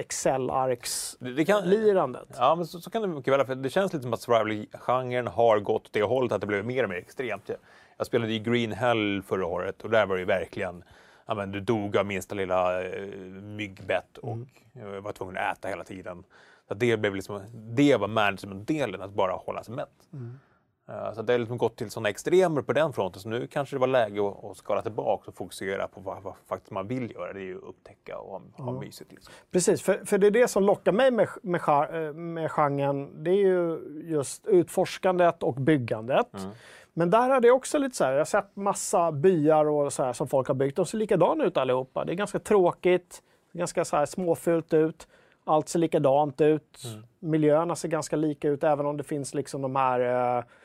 Speaker 1: Excel-arcs-lirandet.
Speaker 2: Ja, men så, så kan det mycket väl. För det känns lite som att survival-genren har gått åt det hållet att det blev mer och mer extremt. Jag spelade i Green Hell förra året och där var det verkligen ja, men du dog av minsta lilla eh, myggbett och mm. var tvungen att äta hela tiden. Så det, blev liksom, det var management-delen, att bara hålla sig mätt. Mm. Så det har liksom gått till sådana extremer på den fronten. Så nu kanske det var läge att, att skala tillbaka och fokusera på vad, vad faktiskt man vill göra. Det är ju att upptäcka och ha, ha mm. mysigt. Liksom.
Speaker 1: Precis, för, för det är det som lockar mig med, med, med genren. Det är ju just utforskandet och byggandet. Mm. Men där är det också lite så här, jag har sett massa byar och så här som folk har byggt. De ser likadana ut allihopa. Det är ganska tråkigt, ganska så här småfyllt ut. Allt ser likadant ut. Mm. Miljöerna ser ganska lika ut, även om det finns liksom de här eh,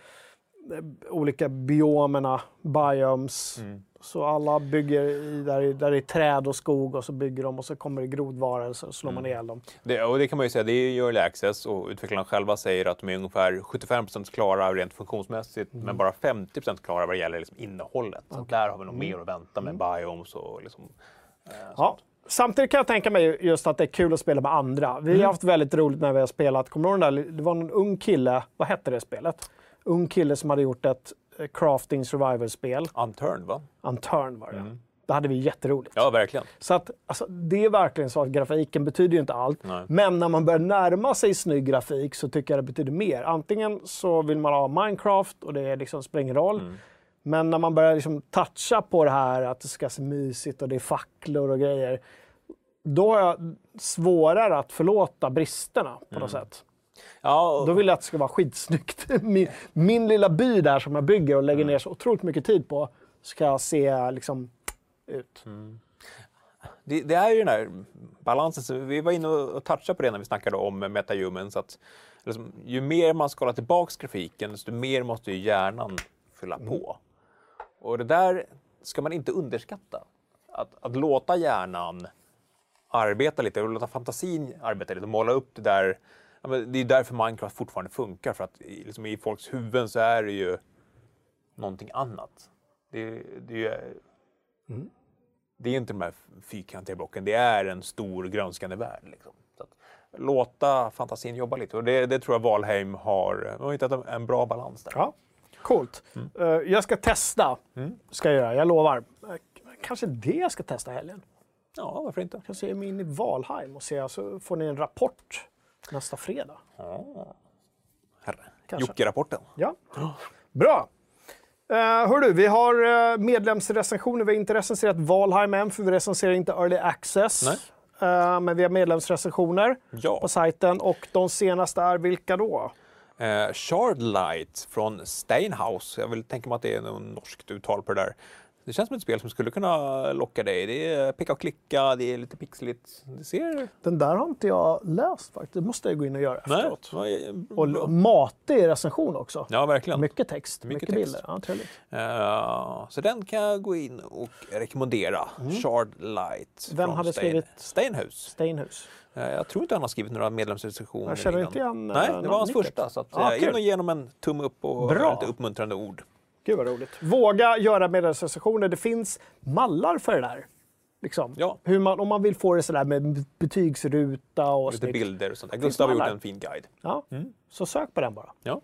Speaker 1: olika biomerna, biomes. Mm. Så alla bygger i, där, där det är träd och skog och så bygger de och så kommer det grodvarelser och slår mm. man ihjäl dem.
Speaker 2: Det, och det kan man ju säga, det är early access och utvecklarna själva säger att de är ungefär sjuttiofem procent klara rent funktionsmässigt mm. men bara femtio procent klara vad det gäller liksom innehållet. Så okay. där har vi nog mm. mer att vänta med mm. biomes och liksom, eh,
Speaker 1: ja. Samtidigt kan jag tänka mig just att det är kul att spela med andra. Vi mm. har haft väldigt roligt när vi har spelat. Kommer du ihåg den där? Det var en ung kille, vad hette det spelet? Ung kille som hade gjort ett crafting survival-spel.
Speaker 2: Unturned, va?
Speaker 1: Unturned var det. Mm. Det hade vi jätteroligt.
Speaker 2: Ja, verkligen.
Speaker 1: Så att, alltså, det är verkligen så att grafiken betyder ju inte allt. Nej. Men när man börjar närma sig snygg grafik så tycker jag det betyder mer. Antingen så vill man ha Minecraft och det liksom spelar ingen roll. Mm. Men när man börjar liksom toucha på det här att det ska se mysigt och det är facklor och grejer. Då är jag svårare att förlåta bristerna på mm. något sätt. Ja, och... Då vill jag att det ska vara skitsnyggt. Min, min lilla by där som jag bygger och lägger mm. ner så otroligt mycket tid på ska se liksom ut. Mm.
Speaker 2: Det, det är ju den här balansen. Så vi var inne och touchade på det när vi snackade om MetaHumans. Att liksom, ju mer man skalar tillbaka grafiken desto mer måste ju hjärnan fylla mm. på. Och det där ska man inte underskatta. Att, att låta hjärnan arbeta lite och låta fantasin arbeta lite och måla upp det där. Ja, men det är därför Minecraft fortfarande funkar. För att liksom, i folks huvuden så är det ju någonting annat. Det, det, är, mm. det är inte de här fyrkantiga blocken. Det är en stor grönskande värld. Liksom. Så att, låta fantasin jobba lite. Och det, det tror jag Valheim har, har hittat en, en bra balans där.
Speaker 1: Ja, coolt. Mm. Uh, jag ska testa. Mm. Ska jag göra, jag lovar. Uh, kanske det jag ska testa helgen.
Speaker 2: Ja, varför inte?
Speaker 1: Jag kan se mig in i Valheim och se, så får ni en rapport nästa fredag.
Speaker 2: Ja. Herre. Jocke-rapporten.
Speaker 1: Ja. Bra. Uh, hör du, vi har uh, medlemsrecensioner. Vi har inte recenserat Valheim än, för vi recenserar inte Early Access.
Speaker 2: Nej.
Speaker 1: Uh, men vi har medlemsrecensioner
Speaker 2: ja.
Speaker 1: på sajten. Och de senaste är vilka då?
Speaker 2: Uh, Shardlight från Steinhouse. Jag vill tänka mig att det är något norskt uttal på det där. Det känns som ett spel som skulle kunna locka dig. Det är picka och klicka, det är lite pixligt. Det ser...
Speaker 1: Den där har inte jag läst faktiskt. Det måste jag gå in och göra efteråt.
Speaker 2: Nej,
Speaker 1: och matig recension också.
Speaker 2: Ja, verkligen.
Speaker 1: Mycket text, mycket, mycket
Speaker 2: text.
Speaker 1: bilder. Ja, trevligt.
Speaker 2: Uh, så den kan jag gå in och rekommendera. Mm. Shardlight.
Speaker 1: Vem hade
Speaker 2: Stein...
Speaker 1: skrivit?
Speaker 2: Steinhouse.
Speaker 1: Steinhouse.
Speaker 2: Uh, jag tror inte han har skrivit några medlemsrecensioner.
Speaker 1: Jag känner
Speaker 2: innan.
Speaker 1: inte igen.
Speaker 2: Nej, det var hans första. Så att,
Speaker 1: ah,
Speaker 2: uh, in och ge honom en tumme upp och
Speaker 1: Bra.
Speaker 2: lite uppmuntrande ord.
Speaker 1: Gud vad roligt. Våga göra medlemsrecensioner. Det finns mallar för det där. Liksom.
Speaker 2: Ja.
Speaker 1: Hur man, om man vill få det sådär med betygsruta och
Speaker 2: Lite
Speaker 1: snyggt.
Speaker 2: bilder och sånt där. Gustav har
Speaker 1: man
Speaker 2: gjort
Speaker 1: där.
Speaker 2: en fin guide.
Speaker 1: Ja,
Speaker 2: Mm.
Speaker 1: så sök på den bara.
Speaker 2: Ja.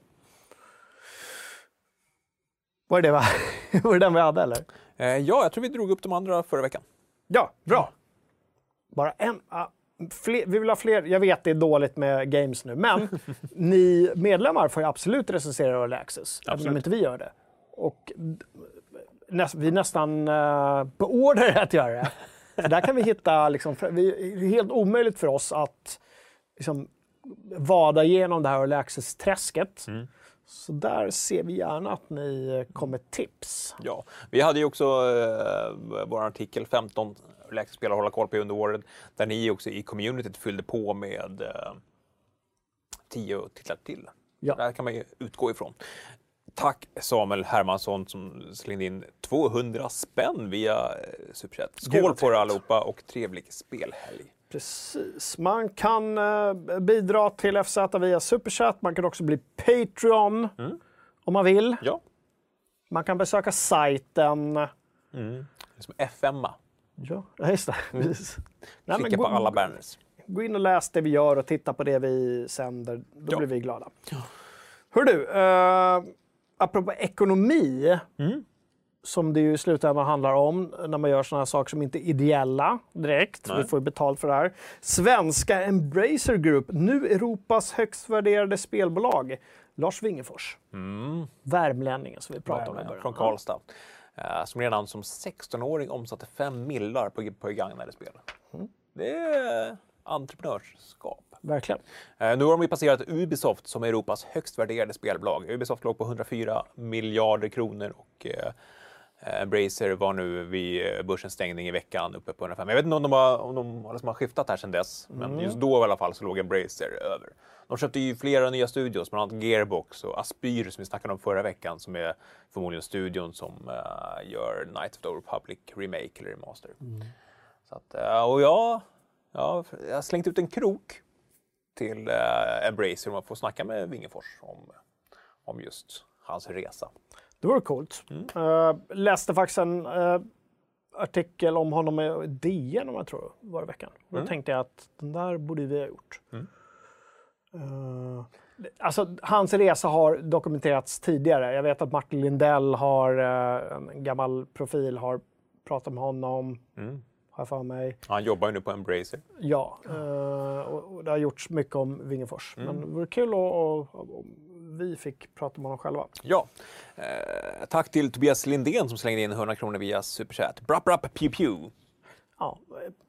Speaker 1: Var det, det, va? Var det den vi hade eller?
Speaker 2: Eh, ja, jag tror vi drog upp de andra förra veckan.
Speaker 1: Ja, bra. Bara en. Ah, fler, vi vill ha fler. Jag vet det är dåligt med games nu, men ni medlemmar får ju absolut recensera Early Access. Även om inte vi gör det. Och nä, vi nästan uh, beordrar att göra det. För där kan vi hitta, liksom, vi, det är helt omöjligt för oss att liksom, vada igenom det här Early Access-träsket. Mm. Så där ser vi gärna att ni kommer tips.
Speaker 2: Ja, vi hade ju också eh, vår artikel femton läkspelare att hålla koll på under året, där ni också i communityt fyllde på med eh, tio titlar till.
Speaker 1: Ja.
Speaker 2: Där kan man ju utgå ifrån. Tack Samuel Hermansson som slängde in tvåhundra spänn via eh, Superchat. Skål på er allihopa och trevlig spelhelg.
Speaker 1: Precis. Man kan eh, bidra till F Z via Superchat. Man kan också bli Patreon mm. om man vill.
Speaker 2: Ja.
Speaker 1: Man kan besöka sajten.
Speaker 2: Mm. Som F M A.
Speaker 1: Ja, just det.
Speaker 2: Mm.
Speaker 1: Nej,
Speaker 2: Klicka
Speaker 1: gå,
Speaker 2: på alla banners.
Speaker 1: Gå in och läs det vi gör och titta på det vi sänder. Då
Speaker 2: ja.
Speaker 1: blir vi glada. Ja. Hör du, eh, apropå ekonomi. Mm. Som det ju i slutändan handlar om när man gör sådana här saker som inte är ideella direkt. Nej. Vi får ju betalt för det här. Svenska Embracer Group, nu Europas högst värderade spelbolag. Lars Wingefors.
Speaker 2: Mm.
Speaker 1: Värmlänningen som vi pratade om i början.
Speaker 2: Från Karlstad. Uh, som redan som sexton-åring omsatte fem millar på, på begagnade spel. Mm. Det är entreprenörskap.
Speaker 1: Verkligen.
Speaker 2: Uh, nu har de ju passerat Ubisoft som Europas högst värderade spelbolag. Ubisoft låg på hundrafyra miljarder kronor och uh, Embracer var nu vid börsens stängning i veckan uppe på hundrafem. Jag vet inte om de har, om de liksom har skiftat här sedan dess, mm. men just då i alla fall så låg Embracer över. De köpte ju flera nya studios, bland annat Gearbox och Aspyr som vi snackade om förra veckan, som är förmodligen studion som uh, gör Knights of the Old Republic remake eller remaster. Mm. Så att, uh, och jag, ja, jag har slängt ut en krok till uh, Embracer om att få snacka med Wingefors om, om just hans resa.
Speaker 1: Det var coolt. Mm. Uh, läste faktiskt en uh, artikel om honom i D N, om jag tror, var i veckan. Mm. Då tänkte jag att den där borde vi ha gjort. Mm. Uh, alltså, hans resa har dokumenterats tidigare. Jag vet att Martin Lindell har uh, en gammal profil, har pratat med honom. Mm. Har jag för mig.
Speaker 2: Han jobbar ju nu på Embracer.
Speaker 1: Ja, uh, och, och det har gjorts mycket om Wingefors. Mm. Men det vore kul att vi fick prata med honom själva.
Speaker 2: Ja. Eh, tack till Tobias Lindén som slängde in hundra kronor via Superchat. Brapp, brapp, pew, pew.
Speaker 1: Ja.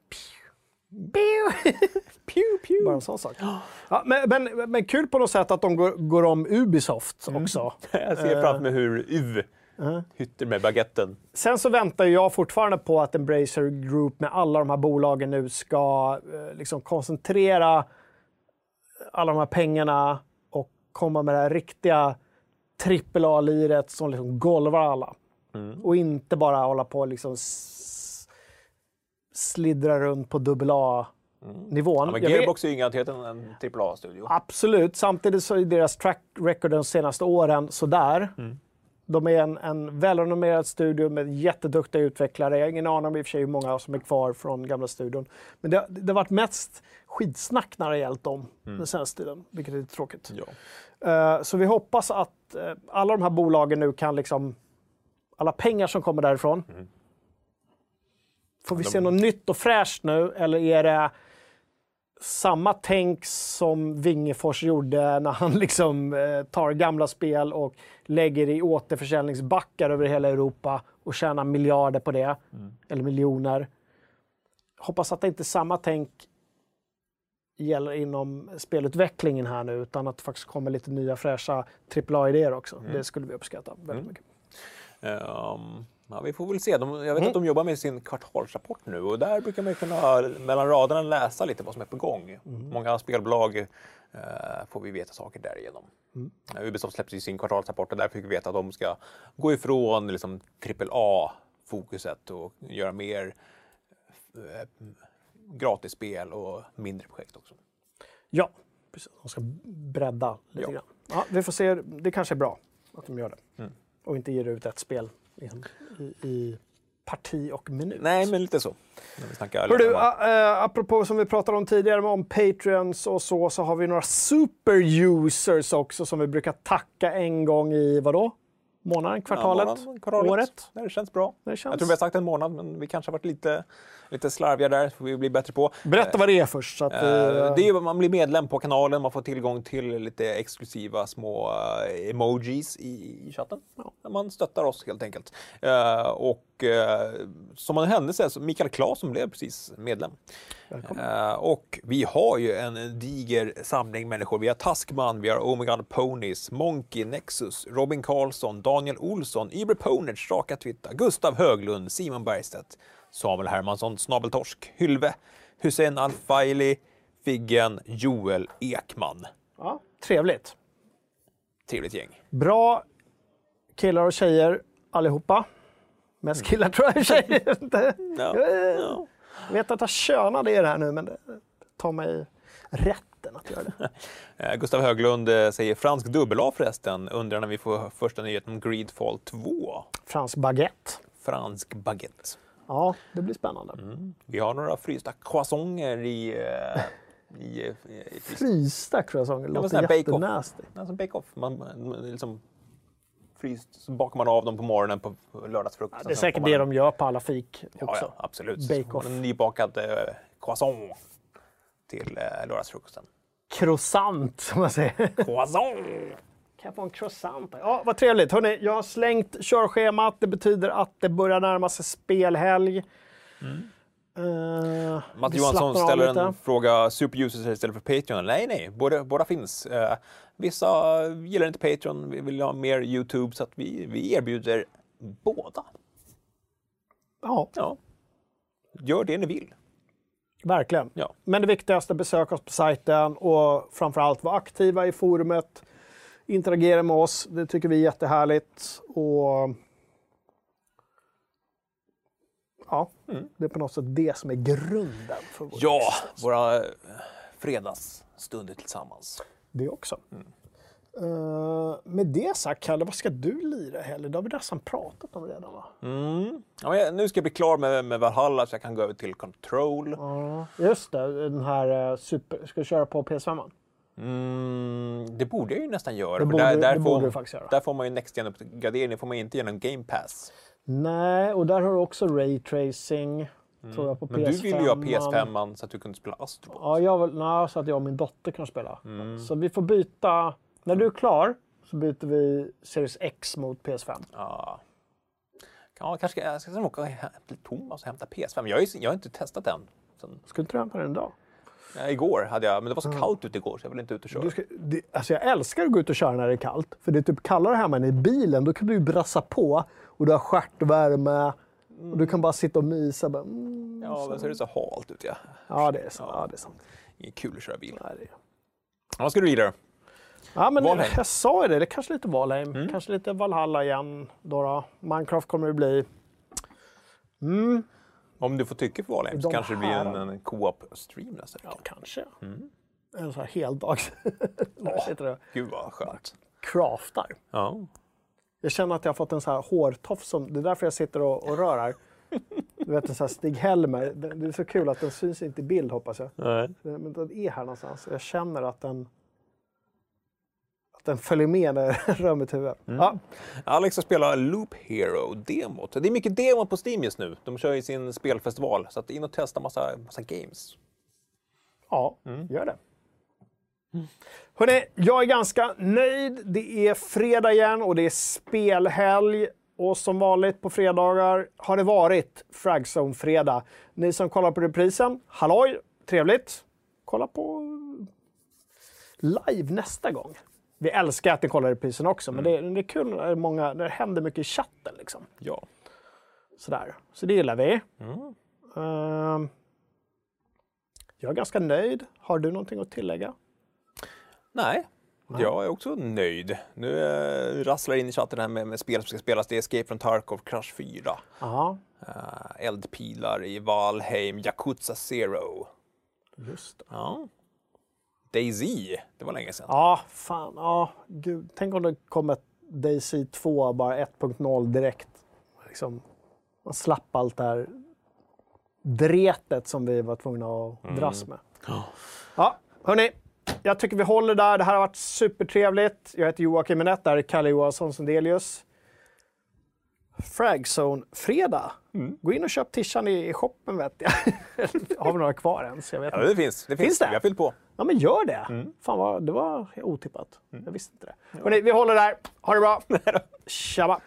Speaker 1: Pew. Pew, pew. Bara en sån sak. Ja, men, men, men kul på något sätt att de går, går om Ubisoft också.
Speaker 2: Mm. Jag ser framför mig hur U uh. hytter med baguetten.
Speaker 1: Sen så väntar jag fortfarande på att Embracer Group med alla de här bolagen nu ska eh, liksom koncentrera alla de här pengarna komma med det här riktiga trippel A-liret som liksom golvar alla. Mm. Och inte bara hålla på och liksom s- slidra runt på dubbel A-nivån.
Speaker 2: Mm. Ja, men Gearbox är ju garanterat en, en trippel A-studio.
Speaker 1: Absolut. Samtidigt så är deras track record de senaste åren sådär. Mm. De är en, en välrenommerad studio med jätteduktiga utvecklare. Jag har ingen aning om i och för sig hur många som är kvar från gamla studion. Men det, det har varit mest skitsnack när det gällt dem mm. den senaste tiden, vilket är lite tråkigt.
Speaker 2: Ja.
Speaker 1: Uh, så vi hoppas att uh, alla de här bolagen nu kan liksom, alla pengar som kommer därifrån, mm. får vi ja, de... se något nytt och fräscht nu, eller är det samma tänk som Wingefors gjorde när han liksom uh, tar gamla spel och lägger i återförsäljningsbackar över hela Europa och tjänar miljarder på det, mm. eller miljoner. Hoppas att det inte är samma tänk gäller inom spelutvecklingen här nu, utan att det faktiskt kommer lite nya fräscha trippel A-idéer också. Mm. Det skulle vi uppskatta väldigt mm. mycket.
Speaker 2: Um, ja, vi får väl se. De, jag vet mm. att de jobbar med sin kvartalsrapport nu och där brukar man kunna mellan raderna läsa lite vad som är på gång. Mm. Många spelbolag uh, får vi veta saker därigenom. Mm. Uh, Ubisoft släppte ju sin kvartalsrapport och där fick vi veta att de ska gå ifrån liksom, trippel A-fokuset och göra mer uh, gratisspel och mindre projekt också.
Speaker 1: Ja, precis. De ska bredda lite ja. grann. Ja, vi får se. Det kanske är bra att de gör det. Mm. Och inte ger ut ett spel igen, i, i parti och minut.
Speaker 2: Nej, men lite så. När vi snackar
Speaker 1: Hör du,
Speaker 2: lite
Speaker 1: äh, apropå som vi pratade om tidigare om Patreons och så, så har vi några super-users också som vi brukar tacka en gång i, vadå? Månaden, kvartalet,
Speaker 2: ja, månaden, kvartalet.
Speaker 1: året?
Speaker 2: Det känns bra.
Speaker 1: Det känns...
Speaker 2: Jag tror vi har sagt en månad, men vi kanske har varit lite, lite slarviga där, får vi bli bättre på.
Speaker 1: Berätta vad det är först. Så att vi...
Speaker 2: Uh, det är man blir medlem på kanalen, man får tillgång till lite exklusiva små uh, emojis i, i chatten. Ja. Man stöttar oss helt enkelt. Uh, och uh, som en händelse så Mikael Claesson blev precis medlem. Uh, och vi har ju en diger samling människor. Vi har Taskman, vi har Omega Ponies, Monkey, Nexus, Robin Karlsson, Daniel Olsson, Iber Ponert, Raka Twitta, Gustav Höglund, Simon Bergstedt, Samuel Hermansson, Snabeltorsk, Hylve, Hussein Al-Faili, Figgen, Joel Ekman.
Speaker 1: Ja, trevligt.
Speaker 2: Trevligt gäng.
Speaker 1: Bra killar och tjejer allihopa. Mest killar tror jag, tjejer inte.
Speaker 2: Ja, ja.
Speaker 1: Jag vet att jag könade er här nu, men det tar mig rätten att göra det.
Speaker 2: Gustav Höglund säger fransk dubbel-A förresten. Undrar när vi får första nyheten om Greedfall två.
Speaker 1: Fransk baguette.
Speaker 2: Fransk baguette.
Speaker 1: Ja, det blir spännande.
Speaker 2: Mm. Vi har några frysta croissanter i... i, i, i
Speaker 1: frysta croissanter?
Speaker 2: Ja,
Speaker 1: låter jättenasty.
Speaker 2: Alltså bake-off. Man, man liksom... Fryst, så bakar man av dem på morgonen på lördagsfrukost.
Speaker 1: Ja, det är säkert det de gör på alla fik också.
Speaker 2: Ja, ja, absolut.
Speaker 1: Bake-off.
Speaker 2: En nybakad eh, croissant till eh, lördagsfrukosten.
Speaker 1: Croissant, som man säger.
Speaker 2: Croissant!
Speaker 1: Kan jag få en croissant? Ja, vad trevligt. Hörrni, jag har slängt körschemat. Det betyder att det börjar närma sig spelhelg. Mm. Uh,
Speaker 2: Matt Johansson ställer en fråga, superusers istället för Patreon? Nej, nej, båda, båda finns. Uh, vissa gillar inte Patreon, vi vill ha mer YouTube, så att vi, vi erbjuder båda.
Speaker 1: Ja.
Speaker 2: ja. Gör det ni vill.
Speaker 1: Verkligen.
Speaker 2: Ja.
Speaker 1: Men det viktigaste, besök oss på sajten och framförallt vara aktiva i forumet. Interagera med oss, det tycker vi är jättehärligt. Och ja, mm. det är på något sätt det som är grunden för vår
Speaker 2: Ja, existens. Våra fredagsstunder tillsammans.
Speaker 1: Det också. Mm. Uh, med det sagt, Kalle, vad ska du lira heller? Det har vi nästan pratat om redan, va?
Speaker 2: Mm. Ja, nu ska jag bli klar med, med Valhalla så jag kan gå över till Control.
Speaker 1: Uh, just det, den här uh, super... Ska du köra på P S fem?
Speaker 2: Mm, det borde jag ju nästan göra.
Speaker 1: Det borde,
Speaker 2: där, där
Speaker 1: det
Speaker 2: får,
Speaker 1: borde du faktiskt göra.
Speaker 2: Där får man ju Next Gen-uppgradering, det får man inte genom Game Pass.
Speaker 1: Nej, och där har du också Ray Tracing. Mm. Tror jag, på
Speaker 2: Men
Speaker 1: P S fem.
Speaker 2: Du vill ju ha P S fem så att du kunde spela Astrobot.
Speaker 1: Ja, jag vill, nej, så att jag och min dotter kan spela. Mm. Så vi får byta... När du är klar så byter vi Series X mot P S fem.
Speaker 2: Ja. Ja, kanske jag ska åka till Thomas och hämta P S fem. Jag, är, jag har inte testat den. Sen...
Speaker 1: Skulle inte du hämta den idag?
Speaker 2: Ja, igår hade jag, men det var så mm. kallt ute igår så jag vill inte ut och köra.
Speaker 1: Du ska, det, alltså jag älskar att gå ut och köra när det är kallt. För det är typ kallare hemma än i bilen. Då kan du ju brassa på och du har stjärtvärme. Mm. Och du kan bara sitta och mysa. Bara, mm,
Speaker 2: ja, så. Men så är det så halt ute. Ja,
Speaker 1: ja det är så. Ja. Ja, det är sant.
Speaker 2: Inget kul att köra bil.
Speaker 1: Nej, det är...
Speaker 2: Ja, vad ska du vidare?
Speaker 1: Ja, men Valheim. Jag sa ju det. Det är kanske lite Valheim. Mm. Kanske lite Valhalla igen. Då då. Minecraft kommer det bli. Mm.
Speaker 2: Om du får tycka för Valheim så kanske det blir en, en co-op-stream nästa vecka.
Speaker 1: Ja, kanske. Mm. En sån här heldags.
Speaker 2: Oh, gud vad skönt.
Speaker 1: Craftar.
Speaker 2: Ja.
Speaker 1: Jag känner att jag har fått en sån här hårtofs. Som, det är därför jag sitter och, och rör här. Du vet en sån här Stig-Helmer. Det, det är så kul att den syns inte i bild, hoppas jag.
Speaker 2: Nej.
Speaker 1: Men den är här någonstans. Jag känner att den... Den följer med när jag rör mitt huvud. Mm. Ja.
Speaker 2: Alex har spelat Loop Hero-demot. Det är mycket demo på Steam just nu. De kör ju sin spelfestival. Så att in och testa massa, massa games.
Speaker 1: Ja, mm. gör det. Mm. Hörrni, jag är ganska nöjd. Det är fredag igen och det är spelhelg. Och som vanligt på fredagar har det varit Fragzone-fredag. Ni som kollar på reprisen, halloj, trevligt. Kolla på live nästa gång. Vi älskar att ni kollar reprisen också, mm. men det är, det är kul när det, många, när det händer mycket i chatten. Liksom.
Speaker 2: Ja.
Speaker 1: Sådär. Så det gillar vi.
Speaker 2: Mm.
Speaker 1: Uh, jag är ganska nöjd. Har du någonting att tillägga?
Speaker 2: Nej, Nej. jag är också nöjd. Nu äh, rasslar in i chatten här med, med spel som ska spelas. Det är Escape from Tarkov, Crush fyra.
Speaker 1: Aha.
Speaker 2: Uh, eldpilar i Valheim, Yakuza Zero.
Speaker 1: Just det.
Speaker 2: Ja. DayZ, det var länge sedan.
Speaker 1: Ja, fan. Ja, gud. Tänk om det kom ett DayZ två, bara ett punkt noll direkt. Liksom. Man slapp allt det här dretet som vi var tvungna att mm. dras med.
Speaker 2: Oh.
Speaker 1: Ja, hörni. Jag tycker vi håller där. Det här har varit supertrevligt. Jag heter Joakim Minett, där är Kalle Johansson Sundelius. Fragzone-fredag. Mm. Gå in och köp tishan i, i shoppen, vet jag. Har vi några kvar ens? Jag vet
Speaker 2: ja, det finns. Det finns.
Speaker 1: finns det?
Speaker 2: Jag har fyllt på.
Speaker 1: Ja, men gör det. Mm. Fan, vad, det var otippat. Mm. Jag visste inte det. Ja. Hörrni, vi håller där. Ha det bra. Tjaba.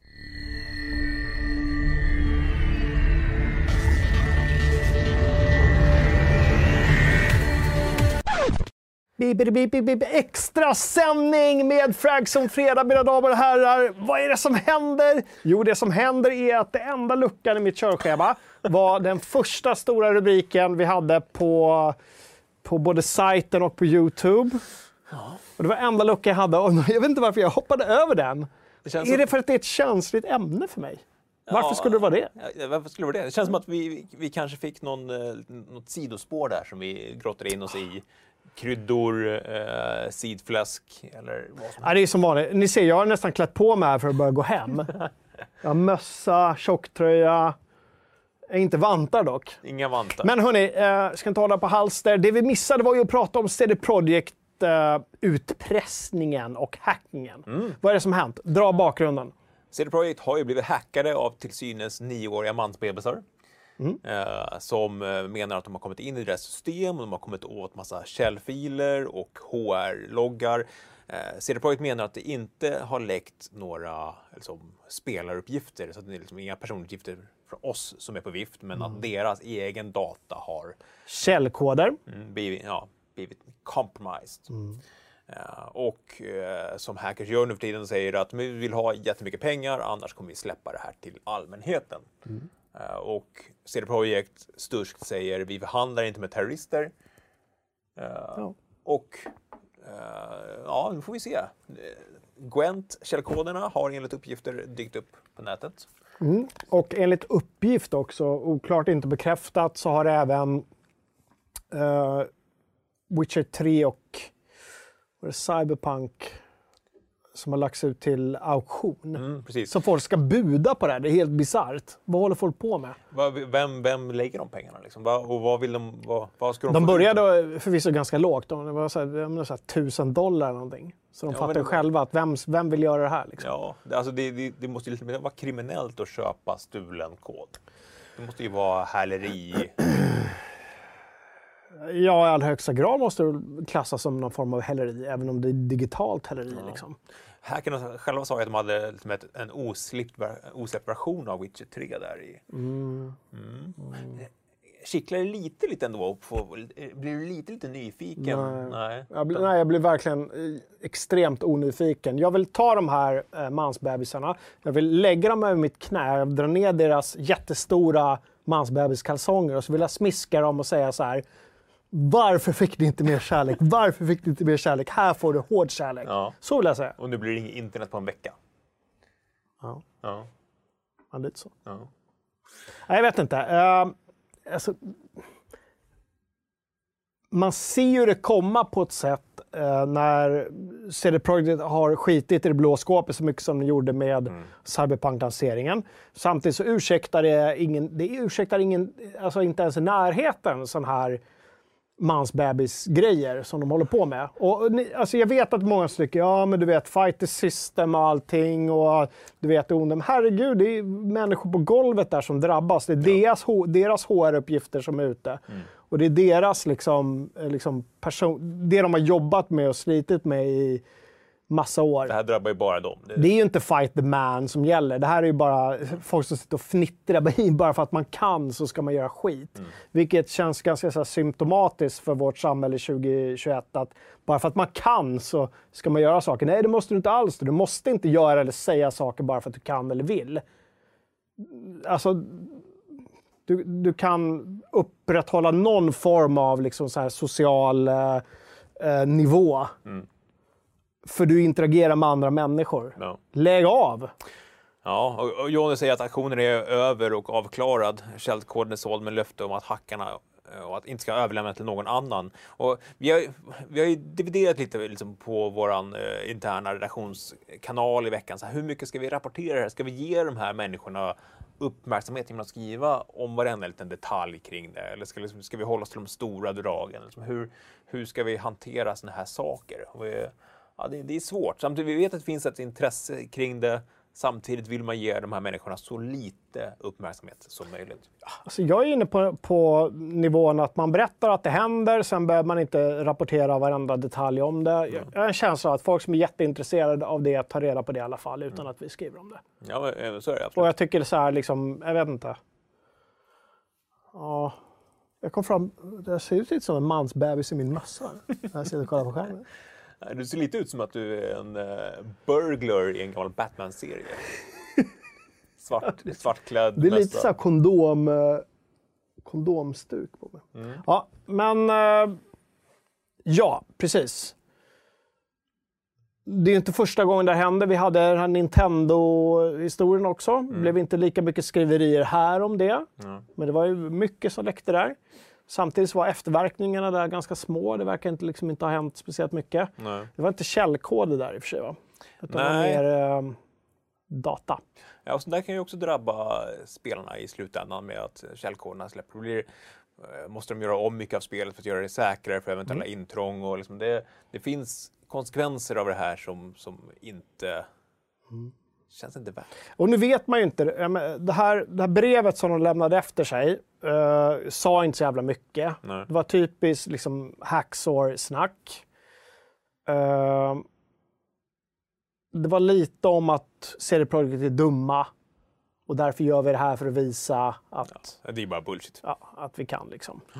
Speaker 1: Bip, bip, bip, bip. Extra sändning med Fragzone fredag, mina damer och herrar. Vad är det som händer? Jo, det som händer är att det enda luckan i mitt körschema var den första stora rubriken vi hade på, på både sajten och på YouTube. Ja. Och det var enda luckan jag hade och jag vet inte varför jag hoppade över den. Det är som... det för att det är ett känsligt ämne för mig? Varför ja, skulle det vara det?
Speaker 2: Ja, varför skulle det vara det? Det känns som att vi, vi kanske fick någon, något sidospår där som vi grottade in oss i. Kryddor, eh, sidfläsk eller vad som
Speaker 1: ja, det är som vanligt. Ni ser, jag har nästan klätt på mig här för att börja gå hem. Jag har mössa, tjocktröja. Jag är inte vantar dock.
Speaker 2: Inga vantar.
Speaker 1: Men hörni, eh, ska inte hålla på halster. Det vi missade var ju att prata om C D Projekt, eh, utpressningen och hackningen. Mm. Vad är det som har hänt? Dra bakgrunden.
Speaker 2: C D Projekt har ju blivit hackade av till synes nioåriga mansbebisar. Mm. Eh, som menar att de har kommit in i deras system och de har kommit åt massa källfiler och H R-loggar. Eh, C D Projekt menar att det inte har läckt några liksom, spelaruppgifter, så att det är liksom inga personuppgifter från oss som är på vift, men mm. att deras egen data har
Speaker 1: källkoder
Speaker 2: mm, blivit, ja, blivit compromised. Mm. Uh, och uh, som hackers gör nu för tiden säger att vi vill ha jättemycket pengar, annars kommer vi släppa det här till allmänheten. Mm. Uh, och C D Projekt sturskt säger vi förhandlar inte med terrorister. Uh, ja. Och uh, ja, nu får vi se. Gwent-källkoderna har enligt uppgifter dykt upp på nätet.
Speaker 1: Mm. Och enligt uppgift också, oklart inte bekräftat, så har även uh, Witcher tre och Cyberpunk som har lagts ut till auktion.
Speaker 2: Mm, precis.
Speaker 1: Så folk ska buda på det här. Det är helt bizarrt. Vad håller folk på med?
Speaker 2: Vem, vem lägger de pengarna? Liksom? Och vad vill de... Vad, vad ska de
Speaker 1: de började förvisso ganska lågt. Det var så här, så här, tusen dollar eller någonting. Så de ja, fattar det... själva att vem, vem vill göra det här? Liksom.
Speaker 2: Ja, alltså det, det, det måste ju vara kriminellt att köpa stulen kod. Det måste ju vara häleri...
Speaker 1: Ja, i allra högsta grad måste det klassas som någon form av häleri, även om det är digitalt häleri. Ja. Liksom.
Speaker 2: Hackerna själva sa att de hade liksom ett, en osläppt version av Witcher tre där i. Mm. Mm. Mm. Kittlar det lite, lite ändå? På, blir du lite, lite nyfiken?
Speaker 1: Nej.
Speaker 2: Nej.
Speaker 1: Jag, blir, nej, jag blir verkligen extremt onyfiken. Jag vill ta de här eh, mansbebisarna, jag vill lägga dem över mitt knä, jag dra ner deras jättestora mansbebiskalsonger och så vill jag smiska dem och säga så här: varför fick ni inte mer kärlek? Varför fick ni inte mer kärlek? Här får du hård kärlek. Ja. Så vill jag säga.
Speaker 2: Och nu blir det inget internet på en vecka.
Speaker 1: Ja.
Speaker 2: Ja.
Speaker 1: Ja, lite så.
Speaker 2: Ja.
Speaker 1: Nej, jag vet inte. Uh, alltså, man ser ju det komma på ett sätt uh, när C D Projekt har skitit i det blå skåpet så mycket som de gjorde med mm. Cyberpunk-lanseringen. Samtidigt så ursäktar det ingen, det ursäktar ingen, alltså inte ens i närheten sån här mansbebis-grejer som de håller på med. Och, alltså jag vet att många tycker, ja men du vet, fighter system och allting och du vet, men herregud, det är människor på golvet där som drabbas. Det är ja. deras, deras H R-uppgifter som är ute. Mm. Och det är deras liksom, liksom person, det de har jobbat med och slitit med i massa år.
Speaker 2: Det här drabbar ju bara dem.
Speaker 1: Det, det är ju inte fight the man som gäller. Det här är ju bara folk som sitter och fnittrar. Bara för att man kan så ska man göra skit. Mm. Vilket känns ganska så här, symptomatiskt för vårt samhälle tjugo tjugoett. Att bara för att man kan så ska man göra saker. Nej, det måste du inte alls. Du måste inte göra eller säga saker bara för att du kan eller vill. Alltså, du, du kan upprätthålla någon form av liksom, så här, social eh, nivå. Mm. För du interagerar med andra människor.
Speaker 2: Ja.
Speaker 1: Lägg av!
Speaker 2: Ja, och, och Johnny säger att aktionen är över och avklarad. Källkoden är såld med löfte om att hackarna och att inte ska överlämna till någon annan. Och vi, har, vi har ju dividerat lite liksom, på vår eh, interna redaktionskanal i veckan. Så här, hur mycket ska vi rapportera här? Ska vi ge de här människorna uppmärksamhet genom att skriva om varenda liten detalj kring det? Eller ska, liksom, ska vi hålla oss till de stora dragen? Liksom, hur, hur ska vi hantera såna här saker? Och vi, ja, det, det är svårt. Samtidigt vi vet att det finns ett intresse kring det. Samtidigt vill man ge de här människorna så lite uppmärksamhet som möjligt.
Speaker 1: Alltså jag är inne på, på nivån att man berättar att det händer, sen behöver man inte rapportera varenda detalj om det. Mm. Jag har en känsla av att folk som är jätteintresserade av det tar reda på det i alla fall, utan mm. att vi skriver om det.
Speaker 2: Ja, så är det absolut.
Speaker 1: Och jag tycker det så här, liksom, jag vet inte. Ja, jag kom fram, det ser ut lite som en mansbebis i min mössa. Jag sitter och kollar på skärmen.
Speaker 2: Du ser lite ut som att du är en uh, burglar i en gammal Batman-serie. Svart, svartklädd
Speaker 1: det är
Speaker 2: mössa.
Speaker 1: lite så här kondom, uh, kondomstuk på mig. Mm. Ja, men uh, ja, precis. Det är inte första gången det hände. Vi hade den här Nintendo-historien också. Det mm. blev inte lika mycket skriverier här om det. Mm. Men det var ju mycket som läckte där. Samtidigt så var efterverkningarna där ganska små. Det verkar inte, liksom, inte ha hänt speciellt mycket. Nej. Det var inte källkod där i och för sig, va? Utan Nej. Det var mer eh, data.
Speaker 2: Ja, och så där kan ju också drabba spelarna i slutändan med att källkoderna släpper. Blir, måste de göra om mycket av spelet för att göra det säkrare för eventuella mm. intrång. Och liksom det, det finns konsekvenser av det här som, som inte... Mm. Känns inte värt.
Speaker 1: Och nu vet man ju inte, det här, det här brevet som de lämnade efter sig uh, sa inte så jävla mycket. Nej. Det var typiskt liksom hacksaw-snack. Uh, det var lite om att C D Projekt är dumma och därför gör vi det här för att visa att...
Speaker 2: Ja, det är bara bullshit.
Speaker 1: Ja, att vi kan liksom. Ja.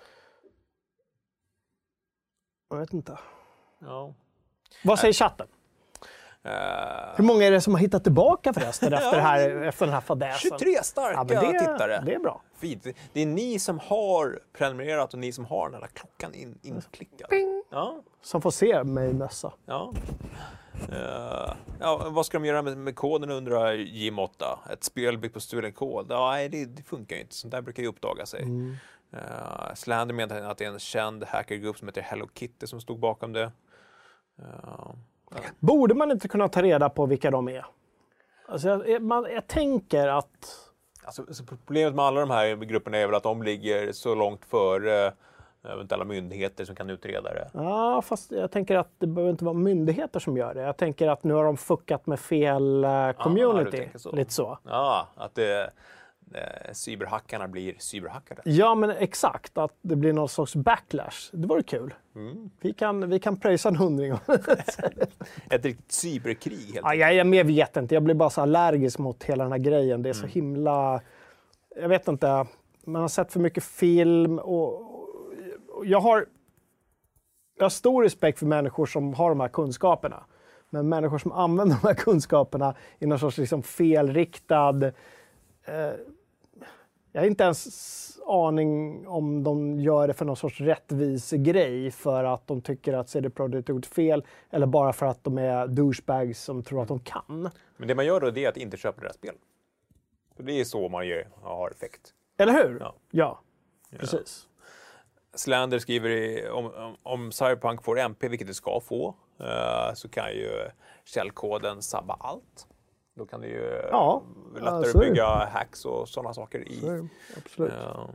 Speaker 1: Jag vet inte.
Speaker 2: Ja.
Speaker 1: Vad säger chatten? Uh, Hur många är det som har hittat tillbaka förresten efter, här, efter den här fadäsen?
Speaker 2: tjugotre starka ja, det, tittare.
Speaker 1: Det är bra.
Speaker 2: Fint. Det är ni som har prenumererat och ni som har den här klockan in, inklickad. Ja.
Speaker 1: Som får se mig mössa.
Speaker 2: Ja. Uh, ja, vad ska de göra med, med koden undrar Jim åtta? Ett spel byggt på stulen kod? Ja, nej, det, det funkar ju inte. Sånt där brukar ju uppdaga sig. Mm. Uh, Slander menar att det är en känd hackergrupp som heter Hello Kitty som stod bakom det. Uh,
Speaker 1: Borde man inte kunna ta reda på vilka de är? Alltså jag, man, jag tänker att...
Speaker 2: Alltså, så problemet med alla de här grupperna är väl att de ligger så långt före eventuella myndigheter som kan utreda det.
Speaker 1: Ja, fast jag tänker att det behöver inte vara myndigheter som gör det. Jag tänker att nu har de fuckat med fel uh, community. Ah, så. Lite så.
Speaker 2: Ja, att det... Eh, cyberhackarna blir cyberhackade.
Speaker 1: Ja, men exakt. Att det blir någon sorts backlash. Det vore kul. Mm. Vi kan, vi kan pröjsa en hundring.
Speaker 2: Ett riktigt cyberkrig. Helt
Speaker 1: ja, jag, jag, jag vet inte. Jag blir bara så allergisk mot hela den här grejen. Det är så mm. himla... Jag vet inte. Man har sett för mycket film. Och, och jag, har, jag har stor respekt för människor som har de här kunskaperna. Men människor som använder de här kunskaperna i någon sorts liksom felriktad... Eh, jag har inte ens aning om de gör det för någon sorts rättvis grej för att de tycker att C D Projekt har gjort fel eller bara för att de är douchebags som tror att de kan.
Speaker 2: Men det man gör då det är att inte köpa deras spel. För det är så man gör, har effekt.
Speaker 1: Eller hur? Ja, ja precis.
Speaker 2: Ja. Slander skriver i, om, om, om Cyberpunk får M P, vilket det ska få, uh, så kan ju källkoden sabba allt. Då kan det ju ja, lättare ja, bygga hacks och sådana saker i.
Speaker 1: Så, absolut. Uh,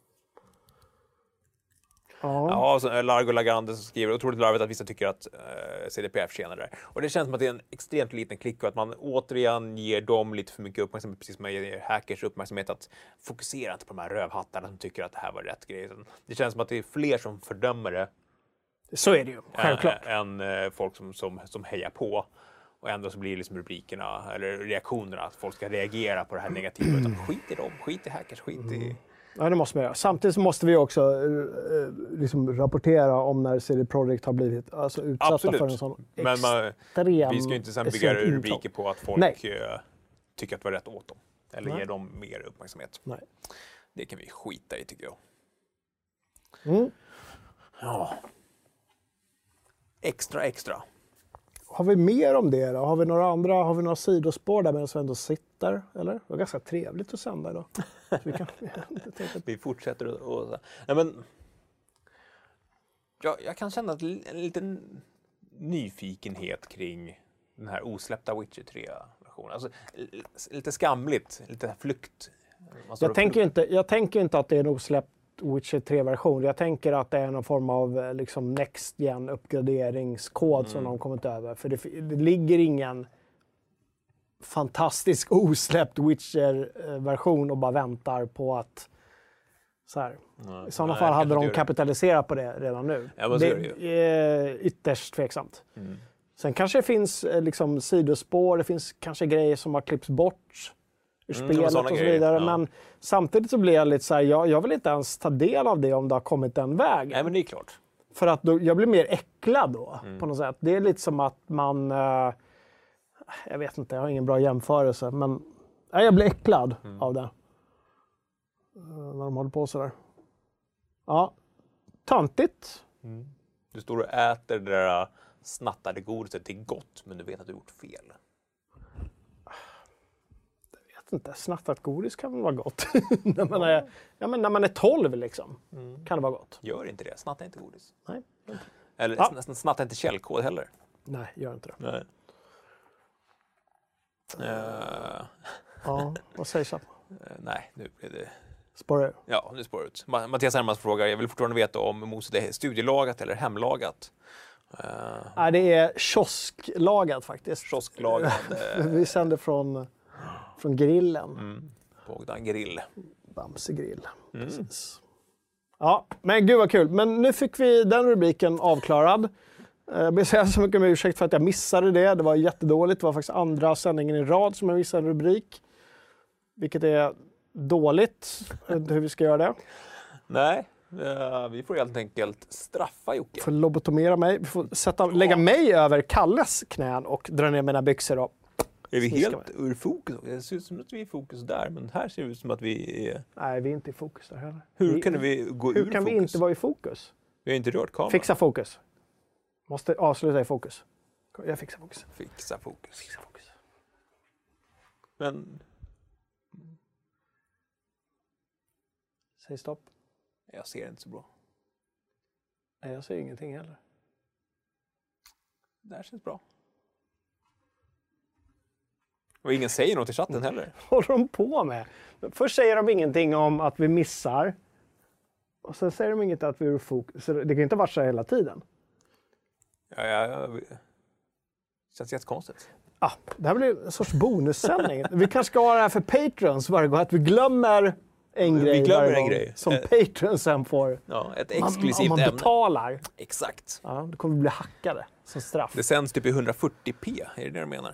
Speaker 2: ja, ja så Largo Lagande skriver otroligt larvigt att vissa tycker att uh, C D P F tjänar där. Och det känns som att det är en extremt liten klick och att man återigen ger dem lite för mycket uppmärksamhet, precis som man ger hackers uppmärksamhet att fokusera inte på de här rövhattarna som tycker att det här var rätt grej. Det känns som att det är fler som fördömer det.
Speaker 1: Så är det ju, självklart.
Speaker 2: Än, än uh, folk som, som, som hejar på. Och ändå så blir liksom rubrikerna, eller reaktionerna, att folk ska reagera på det här negativa. Utan skit i dem, skit i hackers, skit i...
Speaker 1: Ja, det måste man göra. Samtidigt så måste vi också eh, liksom rapportera om när C D Projekt har blivit alltså, utsatta Absolut. för en sån
Speaker 2: Men man,
Speaker 1: extrem...
Speaker 2: vi ska ju inte sen bygga rubriker på att folk Nej. tycker att det var rätt åt dem. Eller Nej. ger dem mer uppmärksamhet.
Speaker 1: Nej.
Speaker 2: Det kan vi skita i, tycker jag.
Speaker 1: Mm.
Speaker 2: Ja. Extra, extra.
Speaker 1: har vi mer om det då? Har vi några andra, har vi några sidospår där medan vi ändå sitter? Eller? Det var ganska trevligt att sända idag. Så vi, kan,
Speaker 2: att... vi fortsätter och... och nej, men... ja, jag kan känna en liten nyfikenhet kring den här osläppta Witcher tre-versionen. Alltså, lite skamligt, lite flykt.
Speaker 1: Jag tänker, inte, jag tänker inte att det är en osläppt Witcher tre-version. Jag tänker att det är någon form av liksom next gen uppgraderingskod mm. som de kommit över. För det, det ligger ingen fantastisk osläppt Witcher-version och bara väntar på att så här. Nej, I sådana nej, fall hade de kapitaliserat på det redan nu.
Speaker 2: Ja,
Speaker 1: det, det är ytterst tveksamt. Mm. Sen kanske det finns liksom sidospår, det finns kanske grejer som har klippts bort ur spelet mm, och så vidare. Ja. Men samtidigt så blir jag lite så här, jag, jag vill inte ens ta del av det om det har kommit den vägen.
Speaker 2: Nej, men det är klart.
Speaker 1: För att då, jag blir mer äcklad då, mm. på något sätt. Det är lite som att man, uh, jag vet inte, jag har ingen bra jämförelse, men uh, jag blir äcklad mm. av det. Uh, när de håller på sådär. Ja, töntigt.
Speaker 2: Mm. Du står och äter det där snattade godiset, det är gott, men du vet att du gjort fel.
Speaker 1: Inte. Snattat godis kan väl vara gott. när, man är, ja, men när man är tolv liksom, mm. kan det vara gott.
Speaker 2: Gör inte det. Snatta inte godis.
Speaker 1: Nej.
Speaker 2: Eller ja. snatta inte källkod heller.
Speaker 1: Nej, gör inte det.
Speaker 2: Nej. Uh.
Speaker 1: ja, vad sägs jag?
Speaker 2: Uh, nej, nu blir det...
Speaker 1: Spårar.
Speaker 2: Ja, nu spårar ut. Mattias Hermans frågar, jag vill fortfarande veta om moset är studielagat eller hemlagat.
Speaker 1: Uh. Nej, det är kiosklagat faktiskt.
Speaker 2: Kiosklagat.
Speaker 1: Vi sänder från... Från grillen.
Speaker 2: Mm. Bogdan grill.
Speaker 1: Bamse grill.
Speaker 2: Mm.
Speaker 1: Precis. Ja, men gud vad kul. Men nu fick vi den rubriken avklarad. Jag vill säga så mycket om ursäkt för att jag missade det. Det var jättedåligt. Det var faktiskt andra sändningen i rad som jag missade en rubrik. Vilket är dåligt. Hur vi ska göra det.
Speaker 2: Nej, vi får helt enkelt straffa Jocke.
Speaker 1: Får lobotomera mig. Vi får sätta, lägga mig över Kalles knän och dra ner mina byxor och
Speaker 2: är vi helt ur fokus? Det ser ut som att vi är i fokus där, men här ser det ut som att vi är...
Speaker 1: Nej, vi är inte i fokus där heller.
Speaker 2: Hur
Speaker 1: vi,
Speaker 2: kan vi gå ur fokus?
Speaker 1: Hur kan vi inte vara i fokus?
Speaker 2: Vi har inte rört kameran.
Speaker 1: Fixa fokus. Måste avsluta i fokus. Jag fixar fokus.
Speaker 2: Fixa fokus.
Speaker 1: Fixa fokus.
Speaker 2: Men...
Speaker 1: Säg stopp.
Speaker 2: Jag ser inte så bra.
Speaker 1: Nej, jag ser ingenting heller.
Speaker 2: Det här känns bra. Och ingen säger något i chatten heller.
Speaker 1: Vad håller de på med? Först säger de ingenting om att vi missar. Och sen säger de inget att vi är fokus. Så det kan inte vara så hela tiden.
Speaker 2: Ja, ja, ja. Det känns jättekonstigt.
Speaker 1: Ah, det här blir en sorts bonussändning. Vi kanske ska ha det här för Patrons varje gång. Att vi glömmer en
Speaker 2: vi
Speaker 1: grej
Speaker 2: glömmer
Speaker 1: varje
Speaker 2: en
Speaker 1: gång.
Speaker 2: grej.
Speaker 1: Som eh, Patrons sen får.
Speaker 2: Ja, ett exklusivt
Speaker 1: ämne. Om man
Speaker 2: ämne.
Speaker 1: betalar.
Speaker 2: Exakt.
Speaker 1: Ja, då kommer vi bli hackade som straff.
Speaker 2: Det sänds typ i hundrafyrtio p. Är det det du menar?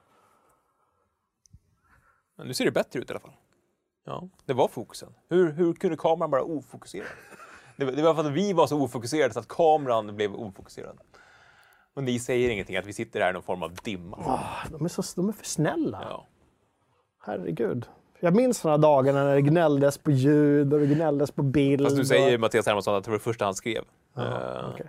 Speaker 2: Men nu ser det bättre ut i alla fall. Ja, det var fokusen. Hur, hur kunde kameran bara ofokuserad? Det, det var för att vi var så ofokuserade så att kameran blev ofokuserad. Och ni säger ingenting, att vi sitter här i någon form av dimma.
Speaker 1: Oh, de, är så, de är för snälla.
Speaker 2: Ja.
Speaker 1: Herregud. Jag minns sådana dagar när det gnälldes på ljud och det gnälldes på bild.
Speaker 2: Fast du säger, och... Mattias Hermansson, att det var det första han skrev.
Speaker 1: Ja,
Speaker 2: uh,
Speaker 1: okay.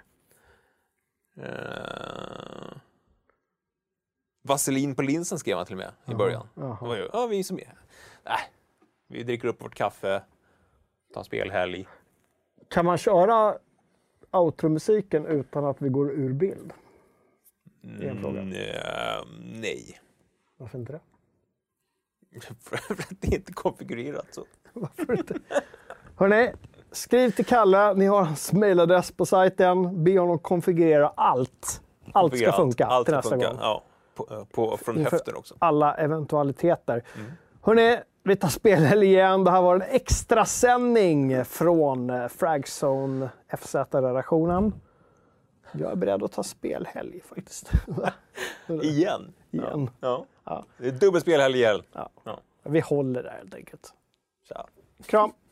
Speaker 2: uh, Vaselin på linsen skrev han till och med i början.
Speaker 1: Aha.
Speaker 2: Ju, ja, vi som är. Nej, vi dricker upp vårt kaffe, tar spelhelg.
Speaker 1: Kan man köra outromusiken utan att vi går ur bild? Det är en fråga.
Speaker 2: Mm, uh, nej.
Speaker 1: Varför inte det?
Speaker 2: För att det är inte konfigurerat så.
Speaker 1: Varför inte? Hörrni, skriv till Kalle. Ni har hans mailadress på sajten. Be honom konfigurera allt. Allt ska funka
Speaker 2: allt,
Speaker 1: till
Speaker 2: allt
Speaker 1: nästa
Speaker 2: funka.
Speaker 1: gång.
Speaker 2: Ja, på, på, från
Speaker 1: inför
Speaker 2: höften också.
Speaker 1: Alla eventualiteter.
Speaker 2: Mm.
Speaker 1: Hörrni, vi tar spelhelg igen. Det här var en extra sändning från Fragzone F Z-redaktionen. Jag är beredd att ta spelhelg faktiskt.
Speaker 2: Igen?
Speaker 1: Igen.
Speaker 2: Ja.
Speaker 1: Ja.
Speaker 2: Det är dubbelspelhelg igen.
Speaker 1: Ja.
Speaker 2: Ja.
Speaker 1: Vi håller där helt enkelt.
Speaker 2: Så.
Speaker 1: Kram!